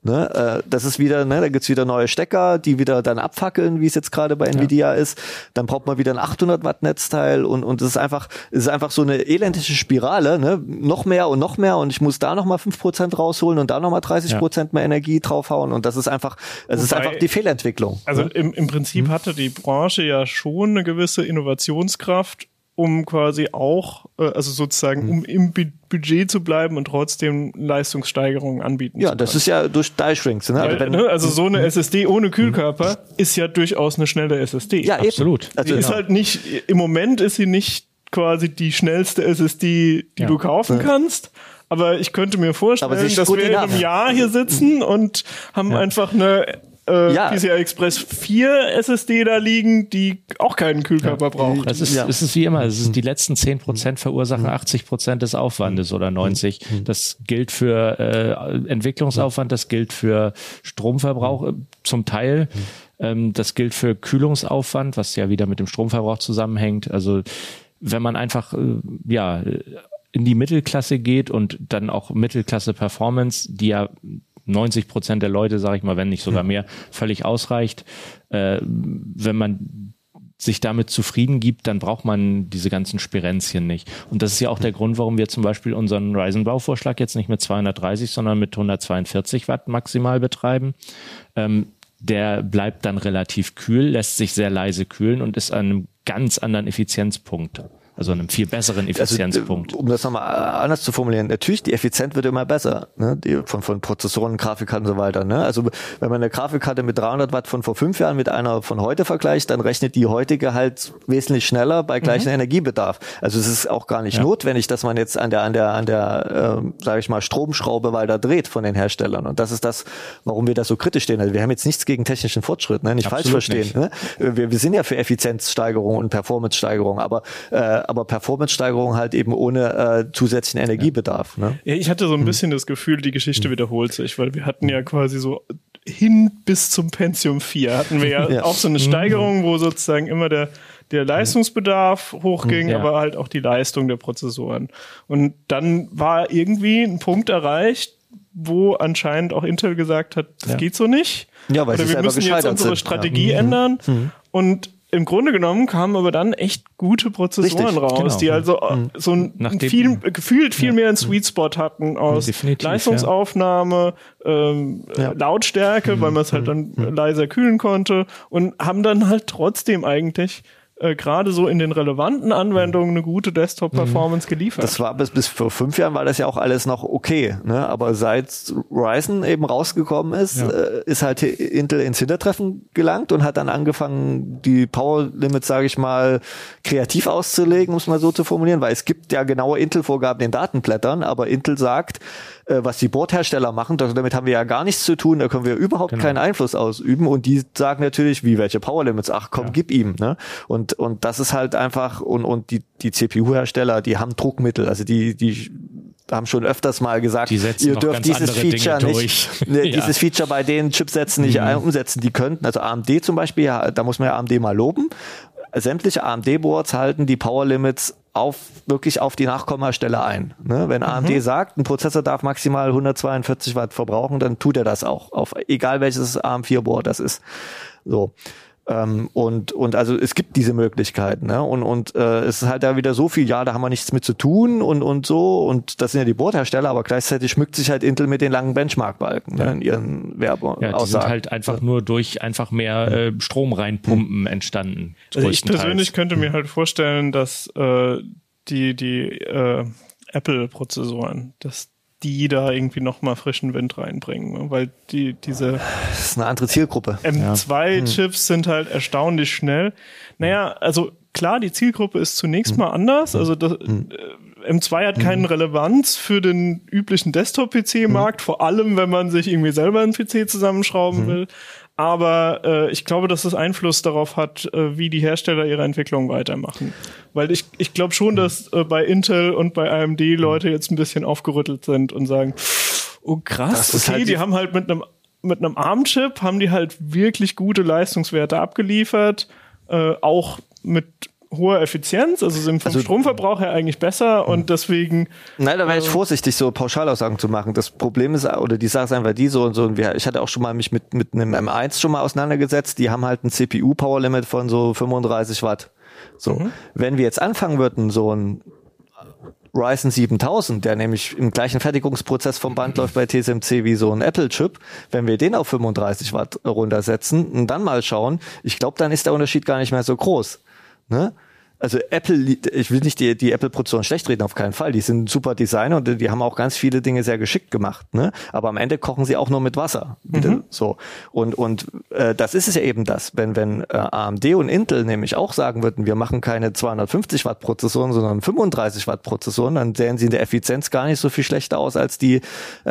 Speaker 4: Ne? Das ist wieder, da gibt's wieder neue Stecker, die wieder dann abfackeln, wie es jetzt gerade bei Nvidia ist. Dann braucht man wieder ein 800 Watt Netzteil und es ist einfach so eine elendige Spirale, ne? Noch mehr und ich muss da nochmal 5% rausholen und da nochmal 30% mehr Energie draufhauen und das ist einfach, ist einfach die Fehlentwicklung.
Speaker 1: Also im Prinzip hatte die Branche ja schon eine gewisse Innovationskraft, um quasi auch, also sozusagen, um im Budget zu bleiben und trotzdem Leistungssteigerungen anbieten zu können.
Speaker 4: Ja, das ist ja durch Die Shrinks. Ne?
Speaker 1: Also so eine SSD ohne Kühlkörper ist ja durchaus eine schnelle SSD.
Speaker 4: Ja,
Speaker 5: absolut.
Speaker 1: Also ist halt nicht, im Moment ist sie nicht quasi die schnellste SSD, die du kaufen kannst. Aber ich könnte mir vorstellen, dass wir in einem Jahr hier sitzen und haben einfach eine PCI Express 4 SSD da liegen, die auch keinen Kühlkörper braucht.
Speaker 5: Das ist, es ist wie immer, es ist die letzten 10% verursachen 80% des Aufwandes oder 90%. Das gilt für Entwicklungsaufwand, das gilt für Stromverbrauch zum Teil. Das gilt für Kühlungsaufwand, was ja wieder mit dem Stromverbrauch zusammenhängt. Also wenn man einfach in die Mittelklasse geht und dann auch Mittelklasse Performance, die ja 90% der Leute, sage ich mal, wenn nicht sogar mehr, völlig ausreicht. Wenn man sich damit zufrieden gibt, dann braucht man diese ganzen Spirenzchen nicht. Und das ist ja auch der Grund, warum wir zum Beispiel unseren Ryzen-Bauvorschlag jetzt nicht mit 230, sondern mit 142 Watt maximal betreiben. Der bleibt dann relativ kühl, lässt sich sehr leise kühlen und ist an einem ganz anderen Effizienzpunkt. Also einem viel besseren Effizienzpunkt.
Speaker 4: Also, um das nochmal anders zu formulieren, natürlich, die Effizienz wird immer besser, ne? Die von Prozessoren, Grafikkarten und so weiter. Ne? Also wenn man eine Grafikkarte mit 300 Watt von vor 5 Jahren mit einer von heute vergleicht, dann rechnet die heutige halt wesentlich schneller bei gleichem Energiebedarf. Also es ist auch gar nicht notwendig, dass man jetzt an der sage ich mal, Stromschraube weiter dreht von den Herstellern. Und das ist das, warum wir da so kritisch stehen. Also wir haben jetzt nichts gegen technischen Fortschritt, ne? Nicht falsch verstehen. Ne? Wir sind ja für Effizienzsteigerung und Performance-Steigerung, aber Performance-Steigerung halt eben ohne zusätzlichen Energiebedarf. Ne?
Speaker 1: Ja, ich hatte so ein bisschen das Gefühl, die Geschichte wiederholt sich, weil wir hatten ja quasi so hin bis zum Pentium 4 hatten wir ja auch so eine Steigerung, wo sozusagen immer der Leistungsbedarf hochging, aber halt auch die Leistung der Prozessoren. Und dann war irgendwie ein Punkt erreicht, wo anscheinend auch Intel gesagt hat, das geht so nicht.
Speaker 4: Ja, weil
Speaker 1: wir müssen jetzt unsere Strategie ändern. Und im Grunde genommen kamen aber dann echt gute Prozessoren raus, die also gefühlt viel mehr einen Sweet Spot hatten aus Leistungsaufnahme, Lautstärke, weil man es halt dann leiser kühlen konnte und haben dann halt trotzdem eigentlich gerade so in den relevanten Anwendungen eine gute Desktop-Performance geliefert.
Speaker 4: Das war bis vor 5 Jahren war das ja auch alles noch okay, ne? Aber seit Ryzen eben rausgekommen ist, ist halt Intel ins Hintertreffen gelangt und hat dann angefangen, die Power Limits, sage ich mal, kreativ auszulegen, um es mal so zu formulieren, weil es gibt ja genaue Intel-Vorgaben in den Datenblättern, aber Intel sagt, was die Bordhersteller machen, damit haben wir ja gar nichts zu tun, da können wir überhaupt keinen Einfluss ausüben und die sagen natürlich, welche Powerlimits, ach komm, gib ihm, ne? Und das ist halt einfach, und die CPU-Hersteller, die haben Druckmittel, also die haben schon öfters mal gesagt, ihr dürft dieses Feature nicht, dieses Feature bei den Chipsätzen nicht umsetzen, die könnten, also AMD zum Beispiel, ja, da muss man ja AMD mal loben, sämtliche AMD-Boards halten die Powerlimits wirklich auf die Nachkommastelle ein. Ne? Wenn AMD sagt, ein Prozessor darf maximal 142 Watt verbrauchen, dann tut er das auch, egal welches AM4-Board das ist. So. Und also es gibt diese Möglichkeiten, ne? Und es ist halt da wieder so viel, da haben wir nichts mit zu tun und so, und das sind ja die Boardhersteller, aber gleichzeitig schmückt sich halt Intel mit den langen Benchmark-Balken, ne, in ihren Werbeaussagen.
Speaker 5: Ja, die sind halt einfach nur durch einfach mehr Strom reinpumpen entstanden.
Speaker 1: Also ich persönlich könnte mir halt vorstellen, dass die Apple-Prozessoren, dass die da irgendwie nochmal frischen Wind reinbringen, weil diese
Speaker 4: das ist eine andere Zielgruppe.
Speaker 1: M2-Chips sind halt erstaunlich schnell. Naja, also klar, die Zielgruppe ist zunächst mal anders, also M2 hat keine Relevanz für den üblichen Desktop-PC-Markt, vor allem, wenn man sich irgendwie selber einen PC zusammenschrauben will. Aber ich glaube, dass das Einfluss darauf hat, wie die Hersteller ihre Entwicklung weitermachen. Weil ich glaube schon, dass bei Intel und bei AMD Leute jetzt ein bisschen aufgerüttelt sind und sagen, oh krass, okay, halt die haben halt mit einem ARM-Chip haben die halt wirklich gute Leistungswerte abgeliefert, auch mit hoher Effizienz, also sind vom Stromverbrauch her eigentlich besser und deswegen...
Speaker 4: Nein, da wäre ich vorsichtig, so Pauschalaussagen zu machen. Das Problem ist, oder die Sache ist einfach die so und so, ich hatte auch schon mal mich mit einem M1 schon mal auseinandergesetzt, die haben halt ein CPU-Power-Limit von so 35 Watt. So, wenn wir jetzt anfangen würden, so ein Ryzen 7000, der nämlich im gleichen Fertigungsprozess vom Band läuft bei TSMC wie so ein Apple-Chip, wenn wir den auf 35 Watt runtersetzen und dann mal schauen, ich glaube, dann ist der Unterschied gar nicht mehr so groß. Ne? Also Apple, ich will nicht die Apple-Prozessoren schlecht reden, auf keinen Fall. Die sind super Designer und die haben auch ganz viele Dinge sehr geschickt gemacht. Ne? Aber am Ende kochen sie auch nur mit Wasser. So. Und das ist es ja eben das. Wenn AMD und Intel nämlich auch sagen würden, wir machen keine 250 Watt Prozessoren, sondern 35 Watt Prozessoren, dann sehen sie in der Effizienz gar nicht so viel schlechter aus als die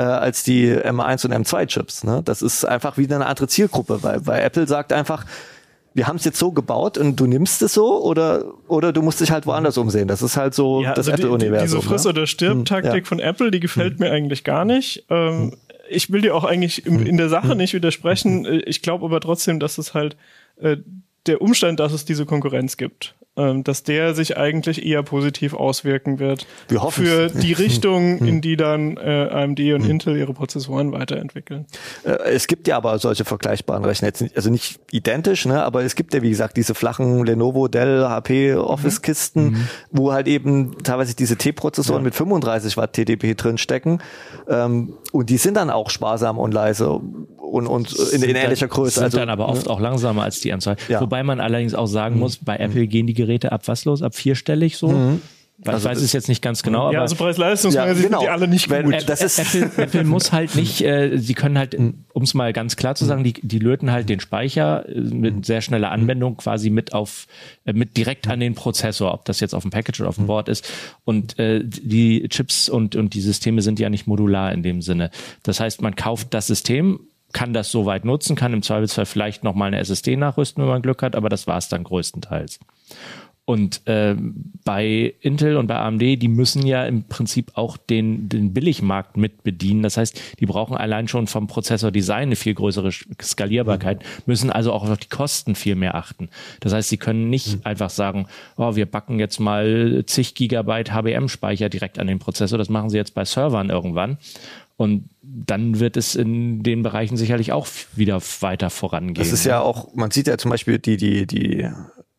Speaker 4: M1 und M2 Chips. Ne? Das ist einfach wieder eine andere Zielgruppe, weil Apple sagt einfach, wir haben es jetzt so gebaut und du nimmst es so oder du musst dich halt woanders umsehen. Das ist halt so das Apple-Universum.
Speaker 1: Diese Friss- oder Stirb-Taktik von Apple, die gefällt mir eigentlich gar nicht. Ich will dir auch eigentlich in der Sache nicht widersprechen. Ich glaube aber trotzdem, dass es halt der Umstand, dass es diese Konkurrenz gibt, dass der sich eigentlich eher positiv auswirken wird für die Richtung, in die dann AMD und Intel ihre Prozessoren weiterentwickeln.
Speaker 4: Es gibt ja aber solche vergleichbaren Rechner, also nicht identisch, ne, aber es gibt ja, wie gesagt, diese flachen Lenovo, Dell, HP Office-Kisten, wo halt eben teilweise diese T-Prozessoren mit 35 Watt TDP drin stecken, und die sind dann auch sparsam und leise und in ähnlicher Größe.
Speaker 5: Sind dann aber oft auch langsamer als die M2. Ja. Wobei man allerdings auch sagen muss, bei Apple gehen die Geräte ab was los? Ab vierstellig so? Ich weiß es jetzt nicht ganz genau, aber...
Speaker 1: Ja, also Preis-Leistungsmäßig sind die alle nicht gut.
Speaker 5: Apple muss halt nicht, sie können halt, um es mal ganz klar zu sagen, die löten halt den Speicher mit sehr schneller Anwendung quasi mit direkt an den Prozessor, ob das jetzt auf dem Package oder auf dem Board ist. Und die Chips und die Systeme sind ja nicht modular in dem Sinne. Das heißt, man kauft das System, kann das soweit nutzen, kann im Zweifelsfall vielleicht noch mal eine SSD nachrüsten, wenn man Glück hat, aber das war es dann größtenteils. Und bei Intel und bei AMD, die müssen ja im Prinzip auch den Billigmarkt mit bedienen. Das heißt, die brauchen allein schon vom Prozessordesign eine viel größere Skalierbarkeit, müssen also auch auf die Kosten viel mehr achten. Das heißt, sie können nicht einfach sagen, wir backen jetzt mal zig Gigabyte HBM-Speicher direkt an den Prozessor. Das machen sie jetzt bei Servern irgendwann. Und dann wird es in den Bereichen sicherlich auch wieder weiter vorangehen.
Speaker 4: Das ist ja auch, man sieht ja zum Beispiel die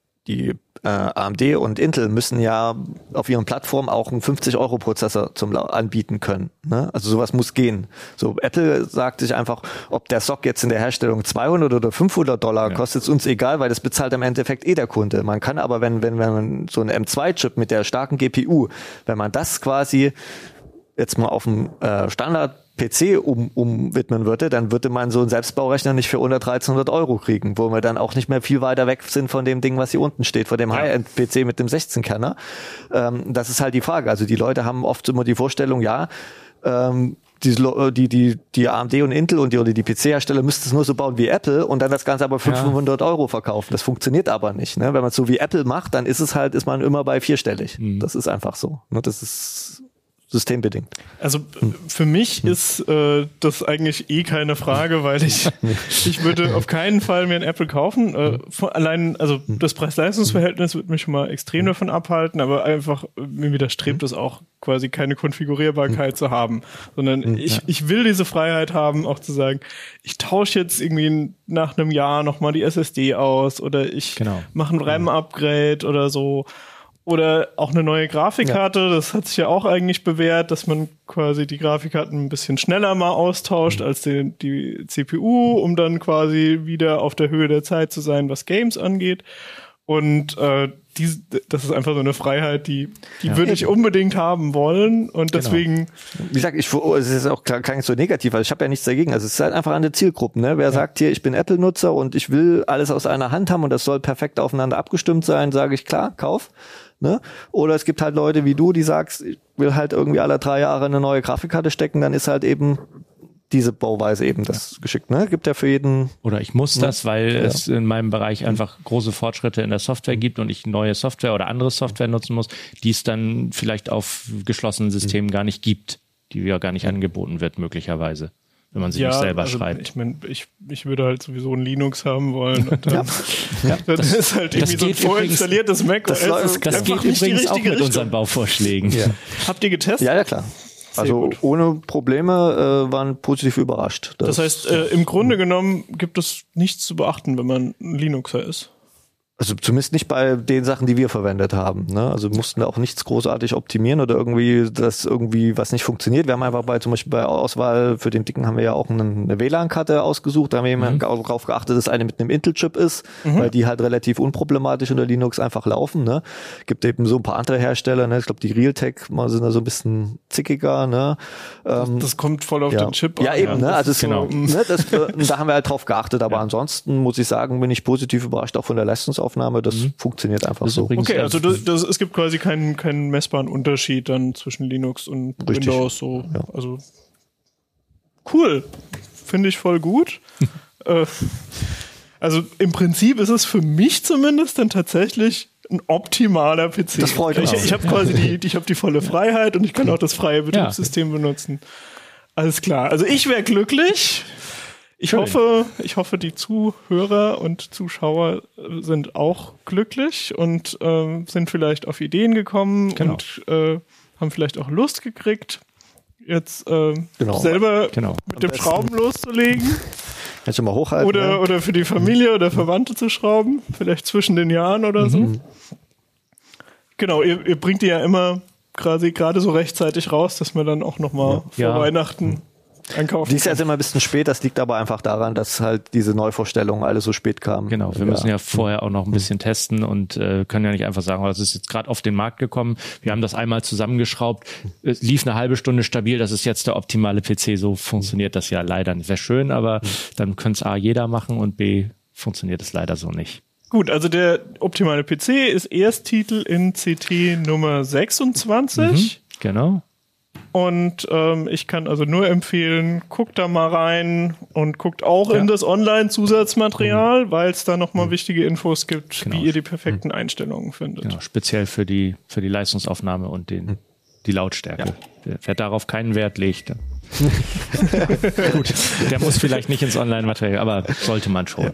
Speaker 4: AMD und Intel müssen ja auf ihren Plattformen auch einen 50-Euro-Prozessor zum anbieten können. Ne? Also sowas muss gehen. So, Apple sagt sich einfach, ob der SoC jetzt in der Herstellung 200 oder $500 kostet, ist uns egal, weil das bezahlt im Endeffekt der Kunde. Man kann aber, wenn man so einen M2-Chip mit der starken GPU, wenn man das quasi jetzt mal auf dem Standard-PC umwidmen würde, dann würde man so einen Selbstbaurechner nicht für unter 1.300 Euro kriegen, wo wir dann auch nicht mehr viel weiter weg sind von dem Ding, was hier unten steht, von dem High-End-PC mit dem 16-Kerner. Das ist halt die Frage. Also die Leute haben oft immer die Vorstellung, die AMD und Intel und die PC-Hersteller müssten es nur so bauen wie Apple und dann das Ganze aber für 500 € verkaufen. Das funktioniert aber nicht. Ne? Wenn man es so wie Apple macht, dann ist man immer bei vierstellig. Das ist einfach so. Ne? Das ist systembedingt.
Speaker 1: Also für mich ist das eigentlich keine Frage, weil ich würde auf keinen Fall mir ein Apple kaufen. Also das Preis-Leistungs-Verhältnis wird mich schon mal extrem davon abhalten, aber einfach mir widerstrebt es auch quasi keine Konfigurierbarkeit zu haben, sondern ich will diese Freiheit haben, auch zu sagen, ich tausche jetzt irgendwie nach einem Jahr nochmal die SSD aus oder ich mache ein RAM-Upgrade oder so. Oder auch eine neue Grafikkarte, das hat sich ja auch eigentlich bewährt, dass man quasi die Grafikkarten ein bisschen schneller mal austauscht als die CPU, um dann quasi wieder auf der Höhe der Zeit zu sein, was Games angeht. Und das ist einfach so eine Freiheit, die würde ich unbedingt haben wollen. Und deswegen...
Speaker 4: Wie gesagt, es ist auch klar nicht so negativ, also ich habe ja nichts dagegen. Also es ist halt einfach an der Zielgruppe. Ne? Wer sagt hier, ich bin Apple-Nutzer und ich will alles aus einer Hand haben und das soll perfekt aufeinander abgestimmt sein, sage ich, klar, kauf. Ne? Oder es gibt halt Leute wie du, die sagst, ich will halt irgendwie alle 3 Jahre eine neue Grafikkarte stecken, dann ist halt eben diese Bauweise eben das geschickt, ne? Gibt ja für jeden.
Speaker 5: Oder ich muss das, weil es in meinem Bereich einfach große Fortschritte in der Software gibt und ich neue Software oder andere Software nutzen muss, die es dann vielleicht auf geschlossenen Systemen gar nicht gibt, die ja gar nicht angeboten wird, möglicherweise, wenn man sie nicht selber schreibt.
Speaker 1: Ich meine, ich würde halt sowieso ein Linux haben wollen. Und dann, dann ist halt irgendwie so ein vorinstalliertes Mac.
Speaker 5: Das geht übrigens auch mit unseren Bauvorschlägen.
Speaker 1: Ja. Habt ihr getestet?
Speaker 4: Ja, klar. Also ohne Probleme, waren positiv überrascht.
Speaker 1: Das heißt, im Grunde genommen gibt es nichts zu beachten, wenn man ein Linuxer ist.
Speaker 4: Also zumindest nicht bei den Sachen, die wir verwendet haben. Ne? Also mussten da auch nichts großartig optimieren oder irgendwie, dass irgendwie was nicht funktioniert. Wir haben einfach zum Beispiel bei Auswahl für den Dicken haben wir ja auch eine WLAN-Karte ausgesucht. Da haben wir eben darauf geachtet, dass eine mit einem Intel-Chip ist, weil die halt relativ unproblematisch unter Linux einfach laufen. Ne? Gibt eben so ein paar andere Hersteller. Ne? Ich glaube, die Realtek sind da so ein bisschen zickiger. Ne?
Speaker 1: Das kommt voll auf den Chip an.
Speaker 4: Ja, eben. Ne? Also da haben wir halt drauf geachtet. Aber ansonsten muss ich sagen, bin ich positiv überrascht auch von der Leistungsaufnahme. Das funktioniert einfach so.
Speaker 1: Okay, also es gibt quasi keinen messbaren Unterschied dann zwischen Linux und Windows. So. Ja. Also cool. Finde ich voll gut. Also im Prinzip ist es für mich zumindest dann tatsächlich ein optimaler PC.
Speaker 4: Das freut mich.
Speaker 1: Ich habe quasi die volle Freiheit und ich kann auch das freie Betriebssystem benutzen. Alles klar. Also ich wäre glücklich. Ich hoffe, die Zuhörer und Zuschauer sind auch glücklich und sind vielleicht auf Ideen gekommen und haben vielleicht auch Lust gekriegt, jetzt selber mit dem Schrauben loszulegen.
Speaker 4: Kannst du mal hochhalten.
Speaker 1: Oder für die Familie oder Verwandte zu schrauben, vielleicht zwischen den Jahren oder so. Genau, ihr bringt die ja immer gerade so rechtzeitig raus, dass man dann auch nochmal vor Weihnachten einkaufen.
Speaker 4: Dies Jahr ist immer ein bisschen spät, das liegt aber einfach daran, dass halt diese Neuvorstellungen alle so spät kamen.
Speaker 5: Genau, wir müssen ja vorher auch noch ein bisschen testen und können ja nicht einfach sagen, das ist jetzt gerade auf den Markt gekommen, wir haben das einmal zusammengeschraubt, es lief eine halbe Stunde stabil, das ist jetzt der optimale PC, so funktioniert das ja leider nicht. Wäre schön, aber dann könnte es A jeder machen und B funktioniert es leider so nicht.
Speaker 1: Gut, also der optimale PC ist Ersttitel in CT Nummer 26.
Speaker 5: Genau.
Speaker 1: Und ich kann also nur empfehlen, guckt da mal rein und guckt auch in das Online-Zusatzmaterial, weil es da nochmal wichtige Infos gibt, wie ihr die perfekten Einstellungen findet.
Speaker 5: Genau, speziell für die Leistungsaufnahme und die Lautstärke. Wer darauf keinen Wert legt, gut, der muss vielleicht nicht ins Online-Material, aber sollte man schon.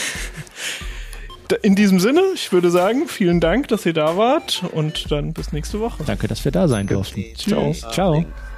Speaker 1: In diesem Sinne, ich würde sagen, vielen Dank, dass ihr da wart und dann bis nächste Woche.
Speaker 5: Danke, dass wir da sein durften.
Speaker 1: Ciao.
Speaker 5: Ciao.